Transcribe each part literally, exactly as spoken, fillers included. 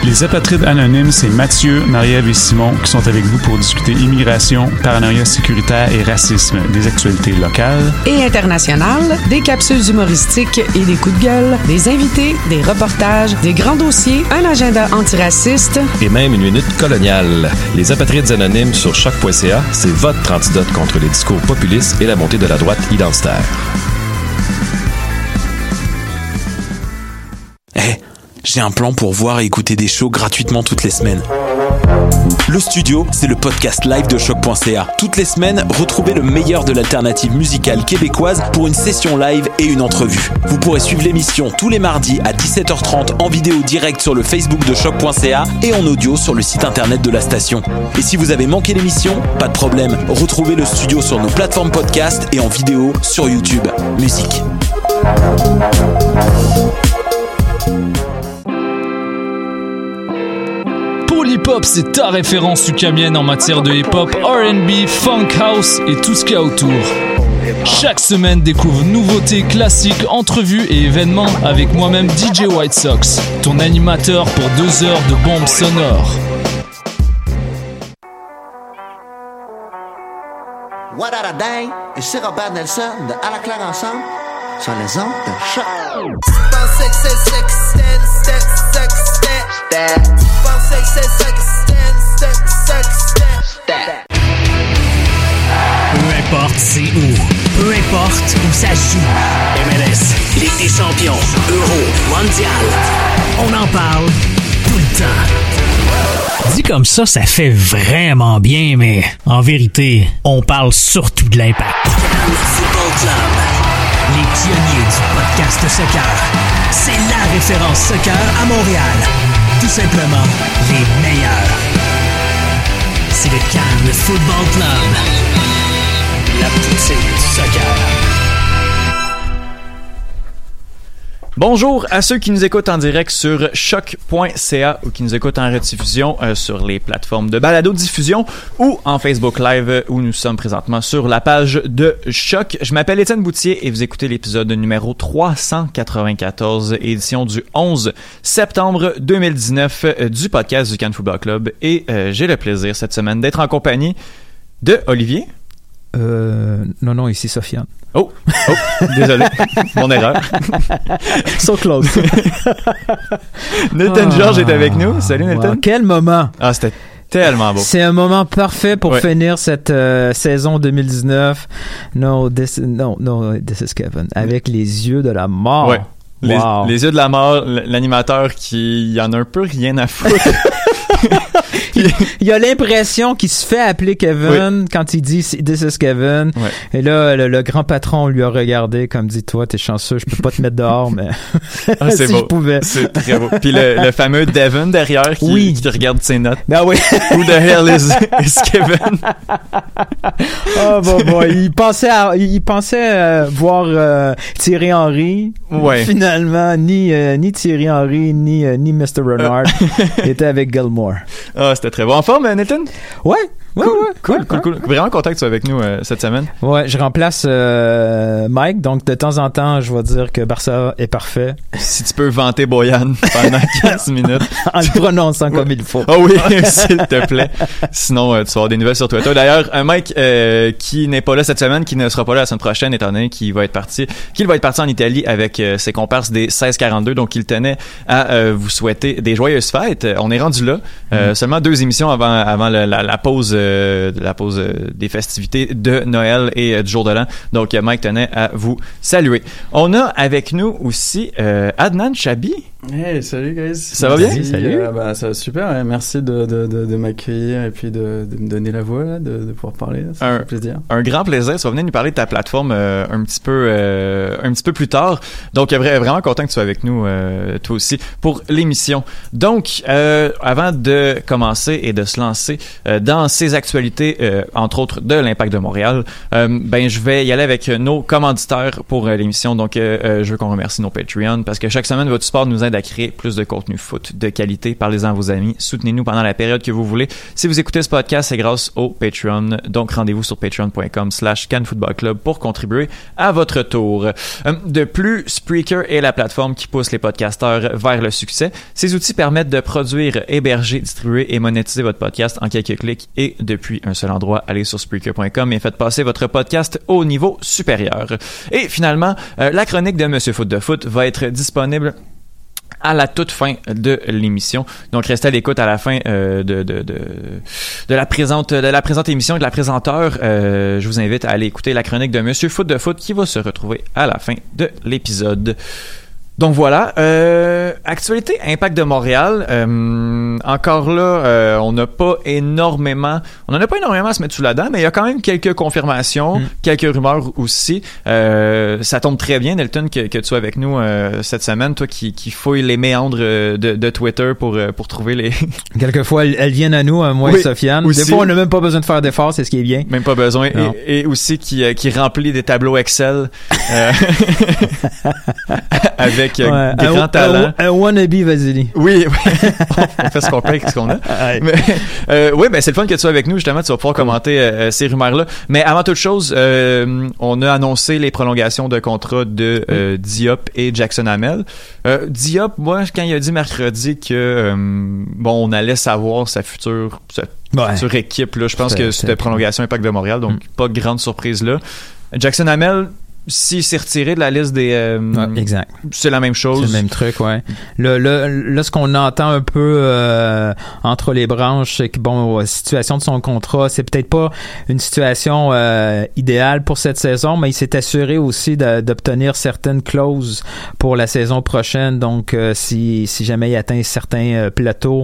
Les apatrides anonymes, c'est Mathieu, Marie-Ève et Simon qui sont avec vous pour discuter immigration, paranoïa sécuritaire et racisme, des actualités locales et internationales, des capsules humoristiques et des coups de gueule, des invités, des reportages, des grands dossiers, un agenda antiraciste et même une minute coloniale. Les apatrides anonymes sur choc point c a, c'est votre antidote contre les discours populistes et la montée de la droite identitaire. Hey, j'ai un plan pour voir et écouter des shows gratuitement toutes les semaines. Le Studio, c'est le podcast live de choc point c a. Toutes les semaines, retrouvez le meilleur de l'alternative musicale québécoise pour une session live et une entrevue. Vous pourrez suivre l'émission tous les mardis à dix-sept heures trente en vidéo direct sur le Facebook de choc point c a et en audio sur le site internet de la station. Et si vous avez manqué l'émission, pas de problème, retrouvez le Studio sur nos plateformes podcast et en vidéo sur YouTube. Musique. Polypop, c'est ta référence ukamienne en matière de hip-hop, R and B, funk house et tout ce qu'il y a autour. Chaque semaine, découvre nouveautés, classiques, entrevues et événements avec moi-même D J White Sox, ton animateur pour deux heures de bombes sonores. What a Day, et c'est Robert Nelson de À la Claire ensemble sur les ondes de choc. Peu importe c'est où, peu importe où ça se joue. M L S, Ligue des champions, Euro, Mondial. On en parle tout le temps. Dit comme ça, ça fait vraiment bien, mais en vérité, on parle surtout de l'impact. Cannes Football Club, les pionniers du podcast soccer. C'est la référence soccer à Montréal. Tout simplement, les meilleurs. C'est le Cannes Football Club. La poutine du soccer. Bonjour à ceux qui nous écoutent en direct sur choc point c a ou qui nous écoutent en rediffusion euh, sur les plateformes de balado-diffusion ou en Facebook Live euh, où nous sommes présentement sur la page de Choc. Je m'appelle Étienne Boutier et vous écoutez l'épisode numéro trois cent quatre-vingt-quatorze, édition du onze septembre deux mille dix-neuf euh, du podcast du Cannes Football Club. Et euh, j'ai le plaisir cette semaine d'être en compagnie de Olivier. Euh, non, non, ici Sofiane. Oh, oh, désolé, mon erreur. So close. Nathan ah, Georges est avec nous. Salut Nathan. Wow, quel moment. Ah, c'était tellement beau. C'est un moment parfait pour ouais. finir cette euh, saison deux mille dix-neuf. No, this, no, no, this is Kevin. Avec les yeux de la mort. Ouais. Les, wow. les yeux de la mort, l'animateur qui y en a un peu rien à foutre. il, il a l'impression qu'il se fait appeler Kevin oui. quand il dit This is Kevin. Ouais. Et là, le, le grand patron lui a regardé comme dit toi, t'es chanceux, je peux pas te mettre dehors, mais ah, c'est si beau. je pouvais. C'est très beau. Puis le, le fameux Devin derrière qui, oui. qui regarde ses notes. Ah oui. Who the hell is, is Kevin? Oh bon, bon, il pensait, à, il pensait euh, voir euh, Thierry Henry. Ouais. Finalement, ni euh, ni Thierry Henry ni euh, ni mister Renard était avec Gilmore. Ah, c'était très bon. En forme, Nathan? Ouais. Ouais, cool, ouais, cool, ouais, cool, ouais. cool. Vraiment content que tu sois avec nous euh, cette semaine. Ouais, je remplace euh, Mike, donc de temps en temps, je vais dire que Barça est parfait. Si tu peux vanter Boyan pendant quinze minutes. En le prononçant comme il faut. Oh oui, s'il te plaît. Sinon, euh, tu vas avoir des nouvelles sur Twitter. D'ailleurs, un Mike euh, qui n'est pas là cette semaine, qui ne sera pas là la semaine prochaine, étant donné qu'il va être parti, qu'il va être parti en Italie avec euh, ses comparses des seize quarante-deux, donc il tenait à euh, vous souhaiter des joyeuses fêtes. On est rendu là. Euh, mm. Seulement deux émissions avant avant le, la, la pause euh, la pause euh, des festivités de Noël et euh, du jour de l'an. Donc Mike tenait à vous saluer. On a avec nous aussi euh, Adnan Chabi. Hey, salut guys. Ça va bien? Salut. Euh, bah, ça va super. Hein. Merci de, de, de, de m'accueillir et puis de, de me donner la voix, là, de, de pouvoir parler. Là. Ça un, fait plaisir. Un grand plaisir. Tu vas venir nous parler de ta plateforme euh, un petit peu euh, un petit peu plus tard. Donc vraiment content que tu sois avec nous, euh, toi aussi, pour l'émission. Donc, euh, avant de commencer et de se lancer euh, dans ces actualités, euh, entre autres de l'Impact de Montréal, euh, ben je vais y aller avec nos commanditaires pour euh, l'émission. Donc, euh, euh, je veux qu'on remercie nos Patreons parce que chaque semaine, votre support nous aide aide à créer plus de contenu foot de qualité. Parlez-en à vos amis. Soutenez-nous pendant la période que vous voulez. Si vous écoutez ce podcast, c'est grâce au Patreon. Donc, rendez-vous sur patreon.com slash Cannes Football Club pour contribuer à votre tour. De plus, Spreaker est la plateforme qui pousse les podcasteurs vers le succès. Ces outils permettent de produire, héberger, distribuer et monétiser votre podcast en quelques clics et depuis un seul endroit. Allez sur Spreaker point com et faites passer votre podcast au niveau supérieur. Et finalement, euh, la chronique de Monsieur Foot de Foot va être disponible à la toute fin de l'émission. Donc, restez à l'écoute à la fin euh, de, de, de, de, la présente, de la présente émission et de la présenteur. Euh, je vous invite à aller écouter la chronique de Monsieur Foot de Foot qui va se retrouver à la fin de l'épisode. Donc voilà, euh, actualité Impact de Montréal. Euh, encore là, euh, on n'a pas énormément, on en a pas énormément à se mettre sous la dent, mais il y a quand même quelques confirmations, mm. quelques rumeurs aussi. Euh, ça tombe très bien, Nelton, que, que tu sois avec nous euh, cette semaine, toi qui, qui fouille les méandres de, de Twitter pour pour trouver les. Quelquefois, elles, elles viennent à nous, moi oui, et Sofiane. Aussi. Des fois, on n'a même pas besoin de faire d'efforts, c'est ce qui est bien. Même pas besoin. Et, et aussi qui qui remplit des tableaux Excel euh, avec Ouais, grand un, talent. Un, un wannabe Vasily. Oui, oui. On fait ce qu'on peut avec ce qu'on a. Mais, euh, oui, ben c'est le fun que tu sois avec nous, justement. Tu vas pouvoir commenter euh, ces rumeurs-là. Mais avant toute chose, euh, on a annoncé les prolongations de contrat de euh, Diop et Jackson Hamel. Euh, Diop, moi, quand il a dit mercredi que euh, bon, on allait savoir sa future, sa ouais. future équipe, là, je pense c'est, que c'était prolongation Impact de Montréal, donc mm. pas de grande surprise là. Jackson Hamel, s'il s'est retiré de la liste des... Euh, ouais, exact. C'est la même chose. C'est le même truc, ouais. Là, là, là ce qu'on entend un peu euh, entre les branches, c'est que, bon, la situation de son contrat, c'est peut-être pas une situation euh, idéale pour cette saison, mais il s'est assuré aussi de, d'obtenir certaines clauses pour la saison prochaine. Donc, euh, si, si jamais il atteint certains euh, plateaux,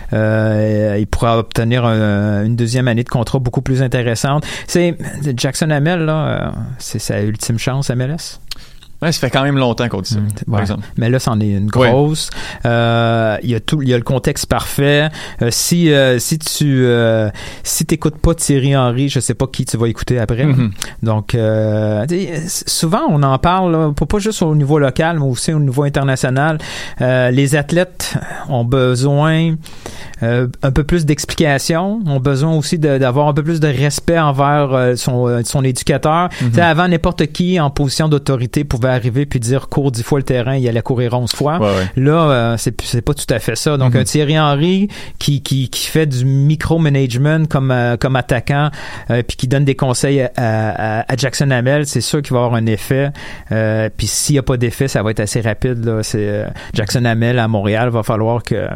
euh, il pourra obtenir un, une deuxième année de contrat beaucoup plus intéressante. C'est Jackson Hamel, là, euh, c'est sa ultime chance. M L S? Ouais, ça fait quand même longtemps qu'on dit ça, mmh, par ouais. exemple. Mais là, c'en est une grosse. Ouais. Euh, il y a tout, il y a le contexte parfait. Euh, si euh, si tu euh, si t'écoutes pas Thierry Henry, je sais pas qui tu vas écouter après. Mmh. Donc, euh, souvent on en parle, là, pas juste au niveau local, mais aussi au niveau international. Euh, les athlètes ont besoin euh, un peu plus d'explications, ont besoin aussi de, d'avoir un peu plus de respect envers euh, son son éducateur. Mmh. Tu sais, avant, n'importe qui en position d'autorité pouvait arriver puis dire cours dix fois le terrain, il allait courir onze fois. Ouais, ouais. Là, euh, c'est c'est pas tout à fait ça. Donc mm-hmm. un Thierry Henry qui qui qui fait du micro-management comme euh, comme attaquant euh, puis qui donne des conseils à, à, à Jackson Hamel, c'est sûr qu'il va avoir un effet. Euh, puis s'il y a pas d'effet, ça va être assez rapide là. C'est euh, Jackson Hamel à Montréal, va falloir que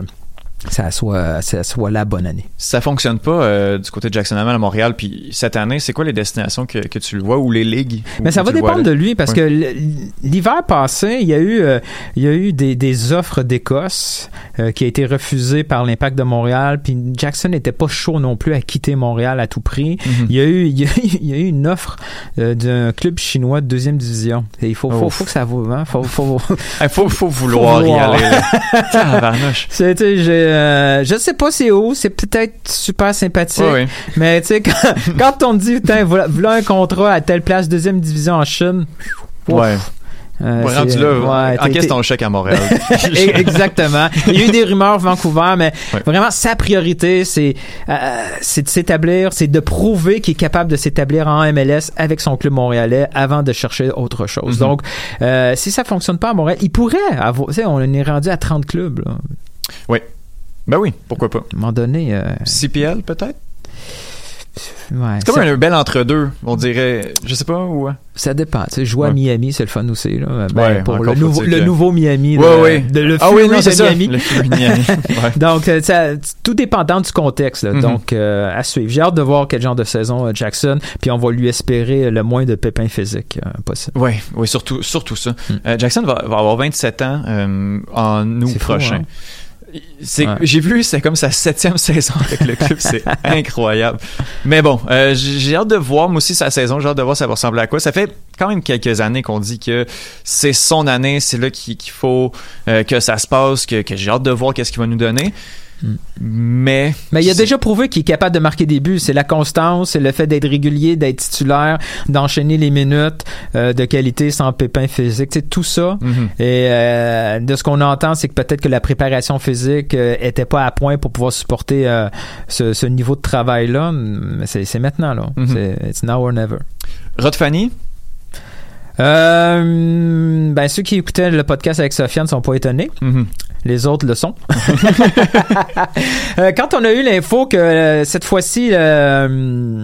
ça soit ça soit la bonne année. Ça fonctionne pas euh, du côté de Jackson Hamel à Montréal, puis cette année, c'est quoi les destinations que, que tu le vois ou les ligues? Mais ça va dépendre de lui parce oui. que l'hiver passé, il y a eu euh, il y a eu des, des offres d'Écosse euh, qui a été refusées par l'Impact de Montréal, puis Jackson n'était pas chaud non plus à quitter Montréal à tout prix. Mm-hmm. Il y a eu il y a, il y a eu une offre euh, d'un club chinois de deuxième division. Et il faut, faut faut que ça vaut hein, faut faut il faut, faut vouloir faut y vouloir. aller. Ah, C'était j'ai Euh, je sais pas c'est où, c'est peut-être super sympathique, oui, oui. mais tu sais quand, quand on te dit putain voilà, voilà un contrat à telle place deuxième division en Chine, ouf, ouais. Euh, ouais, rendu là, ouais, encaisse ton chèque à Montréal. Exactement. Il y a eu des rumeurs Vancouver, mais ouais. vraiment sa priorité, c'est euh, c'est de s'établir, c'est de prouver qu'il est capable de s'établir en M L S avec son club montréalais avant de chercher autre chose. Mm-hmm. Donc, euh, si ça fonctionne pas à Montréal, il pourrait avoir, tu sais, on est rendu à trente clubs. Là. Oui. Ben oui, pourquoi pas. À un moment donné... Euh... C P L, peut-être? Ouais, c'est comme ça... un bel entre-deux, on dirait. Je sais pas où. Ça dépend. Tu sais, jouer ouais. à Miami, c'est le fun aussi. Là. Ben, ouais, pour le nouveau, le nouveau Miami. Ouais, de, ouais. De, le ah oui, non, c'est de ça. Miami. Le Miami. Ouais. Donc, ça, tout dépendant du contexte. Là. Mm-hmm. Donc, euh, à suivre. J'ai hâte de voir quel genre de saison euh, Jackson, puis on va lui espérer le moins de pépins physiques euh, possible. Oui, oui, surtout, surtout ça. Mm. Euh, Jackson va, va avoir vingt-sept ans euh, en août c'est prochain. Fou, hein? C'est, ouais. J'ai vu, c'est comme sa septième saison avec le club, c'est incroyable. Mais bon, euh, j'ai hâte de voir, moi aussi, sa saison, j'ai hâte de voir ça va ressembler à quoi. Ça fait quand même quelques années qu'on dit que c'est son année, c'est là qu'il, qu'il faut euh, que ça se passe, que, que j'ai hâte de voir qu'est-ce qu'il va nous donner. Mm. Mais... Mais il a déjà prouvé qu'il est capable de marquer des buts. C'est la constance, c'est le fait d'être régulier, d'être titulaire, d'enchaîner les minutes euh, de qualité sans pépin physique. C'est tout ça. Mm-hmm. Et euh, de ce qu'on entend, c'est que peut-être que la préparation physique euh, était pas à point pour pouvoir supporter euh, ce, ce niveau de travail-là. Mais c'est, c'est maintenant, là. Mm-hmm. C'est it's now or never. Rod Fanny? Euh, ben, ceux qui écoutaient le podcast avec Sofiane ne sont pas étonnés. Mm-hmm. Les autres le sont. euh, quand on a eu l'info que euh, cette fois-ci, euh,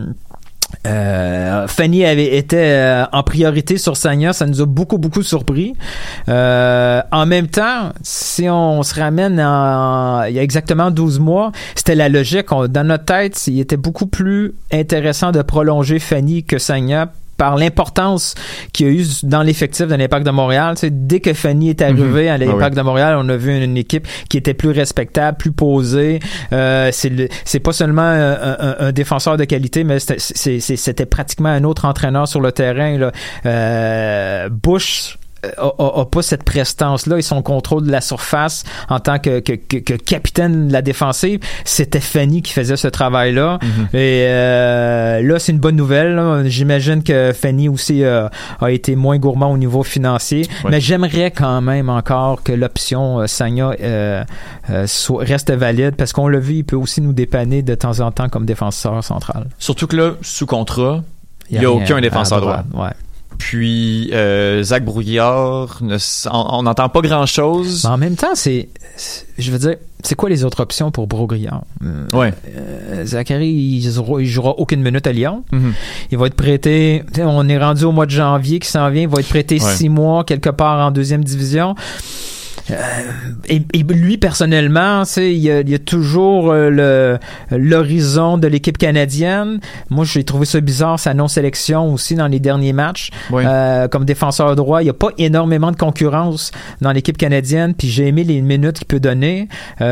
euh, Fanny avait été euh, en priorité sur Sagna, ça nous a beaucoup, beaucoup surpris. Euh, en même temps, si on se ramène en, il y a exactement douze mois, c'était la logique. On, dans notre tête, il était beaucoup plus intéressant de prolonger Fanny que Sagna, par l'importance qu'il y a eu dans l'effectif de l'Impact de Montréal. Tu sais, dès que Fanny est arrivé mm-hmm. à l'Impact ah oui. de Montréal, on a vu une, une équipe qui était plus respectable, plus posée. Euh, c'est, le, c'est pas seulement un, un, un défenseur de qualité, mais c'était, c'est, c'est, c'était pratiquement un autre entraîneur sur le terrain. Là. Euh, Bush A, a, a pas cette prestance-là et son contrôle de la surface en tant que, que, que, que capitaine de la défensive. C'était Fanny qui faisait ce travail-là. Mm-hmm. Et euh, là, c'est une bonne nouvelle. Là. J'imagine que Fanny aussi euh, a été moins gourmand au niveau financier. Ouais. Mais j'aimerais quand même encore que l'option euh, Sagna euh, euh, soit, reste valide parce qu'on l'a vu, il peut aussi nous dépanner de temps en temps comme défenseur central. Surtout que là, sous contrat, il n'y a, a aucun défenseur droit. droit. Ouais. Puis euh, Zach Brouillard, ne, on n'entend pas grand-chose. Mais en même temps, c'est, c'est, je veux dire, c'est quoi les autres options pour Brouillard? Euh, ouais. Euh, Zachary, il, il jouera aucune minute à Lyon. Mm-hmm. Il va être prêté, on est rendu au mois de janvier qui s'en vient, il va être prêté ouais. six mois quelque part en deuxième division. Euh, et, et lui personnellement, il y a, il y a toujours euh, le l'horizon de l'équipe canadienne. Moi, j'ai trouvé ça bizarre sa non-sélection aussi dans les derniers matchs. Oui. Euh, comme défenseur droit, il y a pas énormément de concurrence dans l'équipe canadienne. Puis j'ai aimé les minutes qu'il peut donner.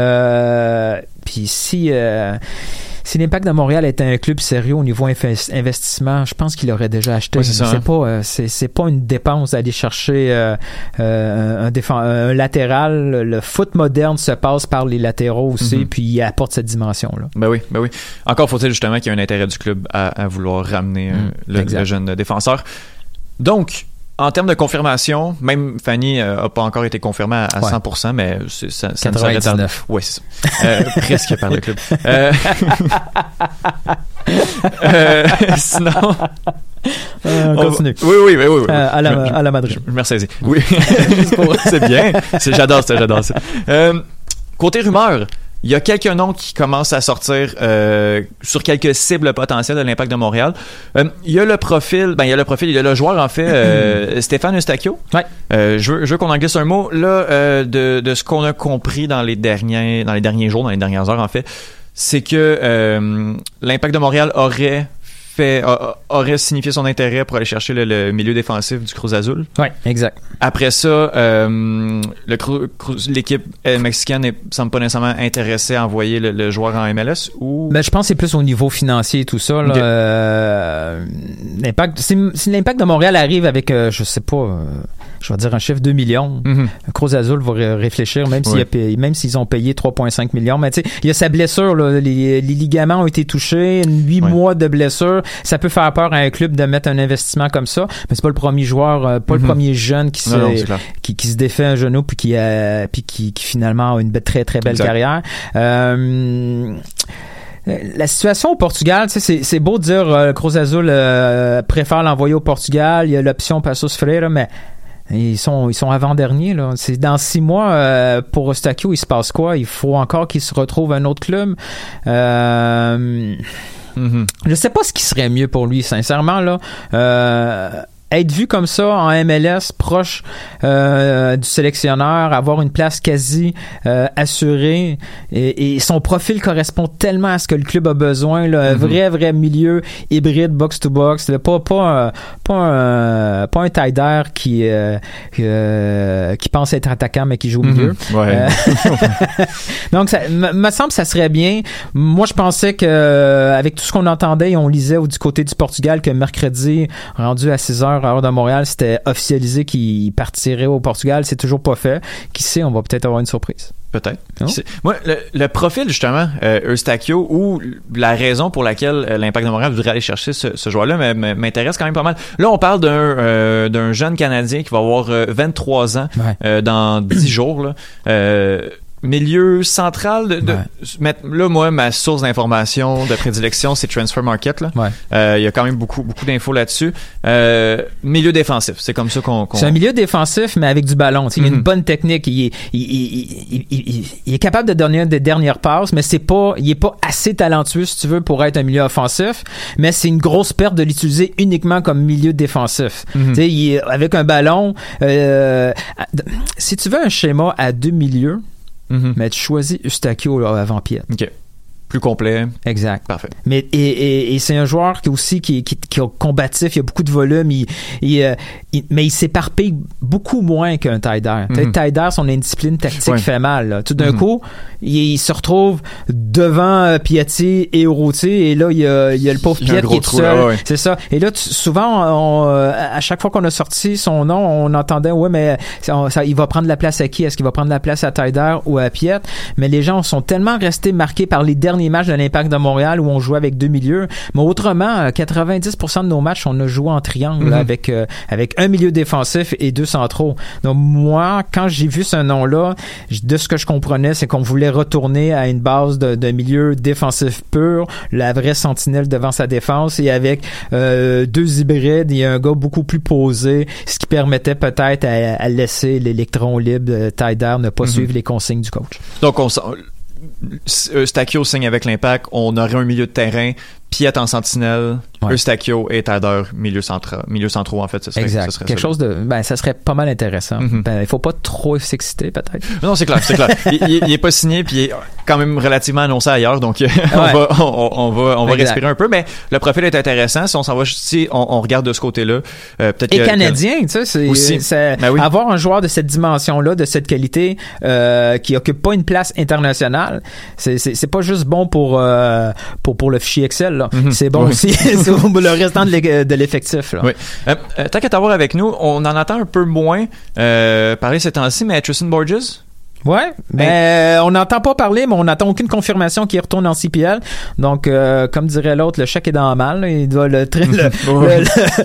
Euh, puis si euh, Si l'Impact de Montréal était un club sérieux au niveau investissement, je pense qu'il l'aurait déjà acheté. Oui, c'est ça, c'est hein? pas, euh, c'est, c'est pas une dépense d'aller chercher euh, euh, un, défend, un latéral. Le foot moderne se passe par les latéraux aussi, mm-hmm. puis il apporte cette dimension-là. Ben oui, ben oui. Encore faut-il justement qu'il y ait un intérêt du club à, à vouloir ramener mm, le, le jeune défenseur. Donc, en termes de confirmation, même Fanny n'a euh, pas encore été confirmée à, à ouais. cent pour cent, mais c'est, ça, ça ne serait tardé. Oui, c'est ça. Euh, presque par le club. Euh, euh, sinon... Euh, on continue. On... Oui, oui, oui. oui, oui. Euh, à, la, à la Madrid. Je me ressaisis. Oui. C'est bien. C'est, j'adore ça, j'adore ça. Euh, côté rumeur, il y a quelques noms qui commencent à sortir euh, sur quelques cibles potentielles de l'Impact de Montréal. Euh, il y a le profil, ben il y a le profil, il y a le joueur en fait, euh, Stéphane Eustachio. Ouais. Euh, je veux, je veux qu'on en glisse un mot là euh, de de ce qu'on a compris dans les derniers dans les derniers jours, dans les dernières heures en fait, c'est que euh, l'Impact de Montréal aurait fait a, aurait signifié son intérêt pour aller chercher le, le milieu défensif du Cruz Azul. Oui, exact. Après ça, euh, le Cru, Cru, l'équipe mexicaine ne semble pas nécessairement intéressée à envoyer le, le joueur en M L S ou... Ben, je pense que c'est plus au niveau financier et tout ça. Là. Okay. Euh, l'impact, si, si l'Impact de Montréal arrive avec, euh, je sais pas, euh, je vais dire un chiffre deux millions, mm-hmm. Cruz Azul va ré- réfléchir, même, oui. s'il a, même s'ils ont payé trois virgule cinq millions. Mais tu sais, il y a sa blessure, là, les, les ligaments ont été touchés, huit oui. mois de blessure. Ça peut faire peur à un club de mettre un investissement comme ça, mais c'est pas le premier joueur, euh, pas mm-hmm. le premier jeune qui se, non, non, qui, qui se défait un genou puis qui, euh, puis qui, qui finalement a une be- très très belle exact. carrière. Euh, La situation au Portugal, tu sais, c'est, c'est beau de dire euh, Cruz Azul euh, préfère l'envoyer au Portugal. Il y a l'option Passos Ferreira, mais ils sont ils sont avant-derniers là. C'est dans six mois euh, pour Eustachio, il se passe quoi? Il faut encore qu'il se retrouve un autre club. Euh, mm-hmm. Je sais pas ce qui serait mieux pour lui, sincèrement là. Euh, être vu comme ça en M L S, proche euh, du sélectionneur, avoir une place quasi euh, assurée, et, et son profil correspond tellement à ce que le club a besoin, là, un mm-hmm. vrai vrai milieu hybride box to box, là, pas pas pas un pas un taille d'air qui euh, euh, qui pense être attaquant mais qui joue au milieu. Mm-hmm. Ouais. Euh, donc ça m- me semble que ça serait bien. Moi je pensais que euh, avec tout ce qu'on entendait et on lisait du côté du Portugal que mercredi rendu à six heures heure de Montréal, c'était officialisé qu'il partirait au Portugal. C'est toujours pas fait. Qui sait, on va peut-être avoir une surprise. Peut-être. Oh. Moi, le, le profil, justement, euh, Eustachio, ou la raison pour laquelle euh, l'Impact de Montréal voudrait aller chercher ce, ce joueur-là m'intéresse quand même pas mal. Là, on parle d'un euh, d'un jeune Canadien qui va avoir euh, vingt-trois ans ouais. euh, dans dix jours. Là. Euh, milieu central de, de ouais. là moi ma source d'information de prédilection c'est Transfer Market là. Ouais. Euh, il y a quand même beaucoup beaucoup d'infos là-dessus. Euh, milieu défensif, c'est comme ça qu'on, qu'on... C'est un milieu défensif mais avec du ballon, tu sais, mm-hmm. il a une bonne technique, il est il, il, il, il, il est capable de donner des dernières passes mais c'est pas il est pas assez talentueux si tu veux pour être un milieu offensif, mais c'est une grosse perte de l'utiliser uniquement comme milieu défensif. Mm-hmm. Tu sais, il est, avec un ballon euh, si tu veux un schéma à deux milieux. Mm-hmm. Mais tu choisis Eustachio là, avant Piet. OK. Plus complet. Exact. Parfait. Mais et, et, et c'est un joueur qui aussi qui, qui, qui est combatif, il y a beaucoup de volume, il, il, il, mais il s'éparpille beaucoup moins qu'un Taider. Mm-hmm. Taider, son indiscipline tactique ouais. fait mal. Là. Tout d'un mm-hmm. coup, il, il se retrouve devant Piatti et Urruti et là il y a, il y a le pauvre Piet qui est tout seul. Là, ouais. C'est ça. Et là, tu, souvent, on, à chaque fois qu'on a sorti son nom, on entendait ouais mais ça, ça, il va prendre la place à qui? Est-ce qu'il va prendre la place à Taider ou à Piet? Mais les gens sont tellement restés marqués par les derniers matchs de l'Impact de Montréal où on jouait avec deux milieux. Mais autrement, quatre-vingt-dix pour cent de nos matchs, on a joué en triangle mm-hmm. là, avec euh, avec un milieu défensif et deux centraux. Donc moi, quand j'ai vu ce nom-là, de ce que je comprenais, c'est qu'on voulait retourner à une base de, de milieu défensif pur, la vraie sentinelle devant sa défense et avec euh, deux hybrides et un gars beaucoup plus posé, ce qui permettait peut-être à, à laisser l'électron libre de Taider ne pas mm-hmm. suivre les consignes du coach. Donc on Eustachio signe avec l'Impact, on aurait un milieu de terrain, Piet en sentinelle, ouais. Eustachio et Taider milieu central, milieu centraux en fait, ce serait, exact. Ce serait quelque ça. chose de, ben ça serait pas mal intéressant. Mm-hmm. Ben il faut pas trop s'exciter peut-être. Non c'est clair, c'est clair. il, il, il est pas signé puis il est quand même relativement annoncé ailleurs, donc ouais. on va, on, on va, on va respirer un peu, mais le profil est intéressant. Si on s'en va, si on, on regarde de ce côté-là, euh, peut-être. Et que, canadien, tu sais, c'est, aussi. c'est ben oui. avoir un joueur de cette dimension-là, de cette qualité, euh, qui occupe pas une place internationale, c'est, c'est, c'est pas juste bon pour euh, pour pour le fichier Excel, là. Mm-hmm. C'est bon oui. aussi c'est pour le restant de l'effectif. Là. Oui. Euh, euh, tant qu'à t'avoir avec nous, on en entend un peu moins euh, parler ces temps-ci, mais Tristan Borges. Ouais, mais ben, on n'entend pas parler, mais on n'attend aucune confirmation qu'il retourne en C P L. Donc, euh, comme dirait l'autre, le chèque est dans le mal. Il doit le, le, le,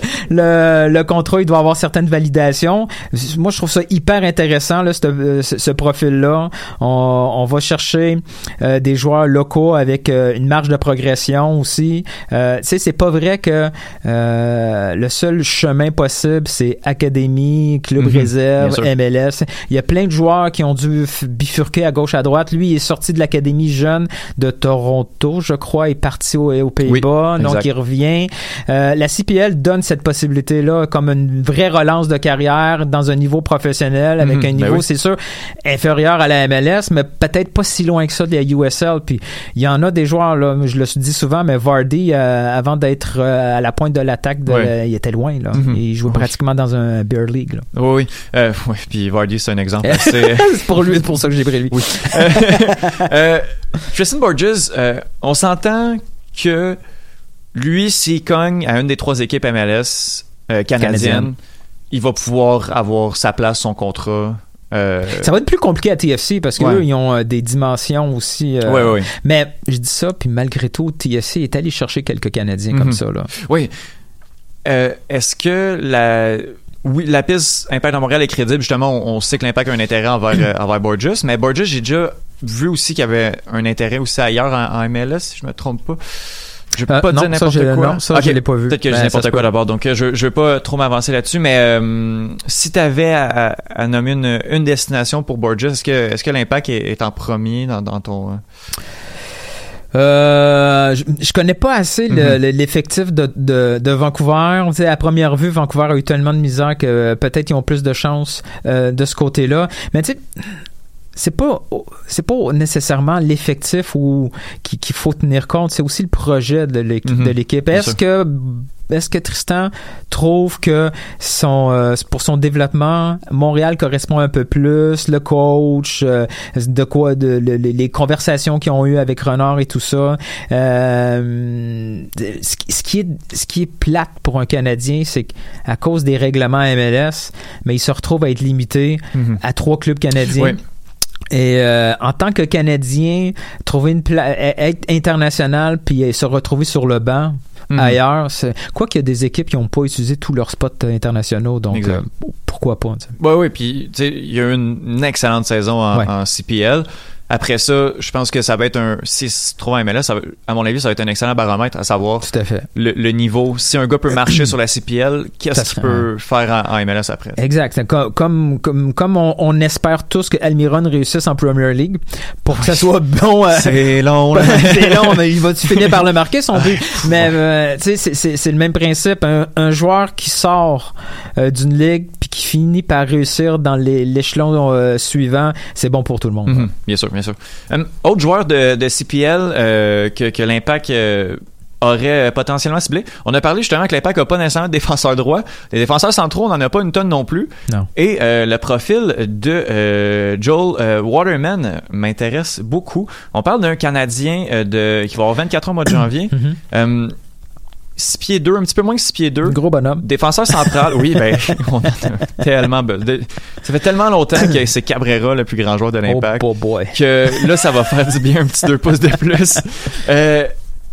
le, le, le contrat, il doit avoir certaines validations. Moi, je trouve ça hyper intéressant, là, ce, ce, ce profil-là. On, on va chercher euh, des joueurs locaux avec euh, une marge de progression aussi. Euh, tu sais, c'est pas vrai que euh, le seul chemin possible, c'est académie, club mm-hmm. réserve, M L S. Il y a plein de joueurs qui ont dû bifurqué à gauche à droite. Lui, il est sorti de l'académie jeune de Toronto, je crois, est parti au, aux Pays-Bas, oui, donc il revient. Euh, la C P L donne cette possibilité-là comme une vraie relance de carrière dans un niveau professionnel, avec mmh, un niveau, ben oui. c'est sûr, inférieur à la M L S, mais peut-être pas si loin que ça de la U S L. Puis il y en a des joueurs, là, je le dis souvent, mais Vardy, euh, avant d'être euh, à la pointe de l'attaque, de, oui. euh, il était loin. Là. Mmh. Il jouait oui. pratiquement dans un Beer League. Là. Oui, oui. Euh, oui. Puis Vardy, c'est un exemple assez... c'est pour lui. C'est pour ça que j'ai pris lui. Oui. euh, euh, Tristan Borges, euh, on s'entend que lui, s'il cogne à une des trois équipes M L S euh, canadiennes, Canadienne. il va pouvoir avoir sa place, son contrat. Euh... Ça va être plus compliqué à T F C parce qu'eux, ouais. ils ont euh, des dimensions aussi. Euh, oui, oui. Mais je dis ça, puis malgré tout, T F C est allé chercher quelques Canadiens mm-hmm. comme ça. Là. Oui. Euh, est-ce que la... Oui, la piste Impact de Montréal est crédible. Justement, on, on sait que l'Impact a un intérêt envers, euh, envers Borges. Mais Borges, j'ai déjà vu aussi qu'il y avait un intérêt aussi ailleurs en, en M L S, si je me trompe pas. Je vais euh, pas non, dire n'importe ça, quoi. Non, ça, okay. je l'ai pas vu. Peut-être que ben, j'ai n'importe quoi d'abord. Donc, je, je vais pas trop m'avancer là-dessus. Mais euh, si tu avais à, à, à nommer une, une destination pour Borges, est-ce que, est-ce que l'Impact est, est en premier dans, dans ton... Euh... Euh, je, je connais pas assez le, mm-hmm. le, l'effectif de, de, de Vancouver. Tu sais, à première vue, Vancouver a eu tellement de misère que euh, peut-être ils ont plus de chance euh, de ce côté-là. Mais tu sais, c'est pas c'est pas nécessairement l'effectif ou qui, qu'il faut tenir compte. C'est aussi le projet de l'équipe. Mm-hmm. De l'équipe. Est-ce que Est-ce que Tristan trouve que son euh, pour son développement, Montréal correspond un peu plus, le coach, euh, de quoi, de, de, de les conversations qu'ils ont eues avec Renard et tout ça. Euh, ce, ce qui est ce qui est plate pour un Canadien, c'est qu'à cause des règlements M L S, mais il se retrouve à être limité mm-hmm. à trois clubs canadiens. Oui. Et euh, en tant que Canadien, trouver une pla- être international puis se retrouver sur le banc mm-hmm. ailleurs, c'est... quoi qu'il y a des équipes qui n'ont pas utilisé tous leurs spots internationaux, donc euh, pourquoi pas? Oui, oui, puis il y a eu une, une excellente saison en, ouais. en C P L. Après ça, je pense que ça va être un... Si se trouve en M L S, ça va, à mon avis, ça va être un excellent baromètre à savoir Tout à fait. Le, le niveau. Si un gars peut marcher sur la C P L, qu'est-ce qu'il peut faire en, en M L S après? Exact. Comme, comme, comme, comme on, on espère tous que Almiron réussisse en Premier League pour que ça soit bon. Euh, c'est long, là. c'est long, mais il va-tu finir par le marquer, son but? Mais euh, tu sais, c'est, c'est, c'est le même principe. Un, un joueur qui sort euh, d'une ligue puis qui finit par réussir dans les, l'échelon euh, suivant, c'est bon pour tout le monde. Mm-hmm. Bien sûr, bien sûr. Um, autre joueur de, de C P L euh, que, que l'Impact euh, aurait potentiellement ciblé. On a parlé justement que l'Impact n'a pas nécessairement de défenseur droit. Les défenseurs centraux, on n'en a pas une tonne non plus. Non. Et euh, le profil de euh, Joel euh, Waterman m'intéresse beaucoup. On parle d'un Canadien euh, de qui va avoir vingt-quatre ans au mois de janvier. Mm-hmm. Um, six pieds deux, un petit peu moins que six pieds deux. Gros bonhomme. Défenseur central, oui, ben, on a tellement... De, ça fait tellement longtemps que c'est Cabrera, le plus grand joueur de l'Impact. Oh boy. Que là, ça va faire du bien, un petit deux pouces de plus. Euh,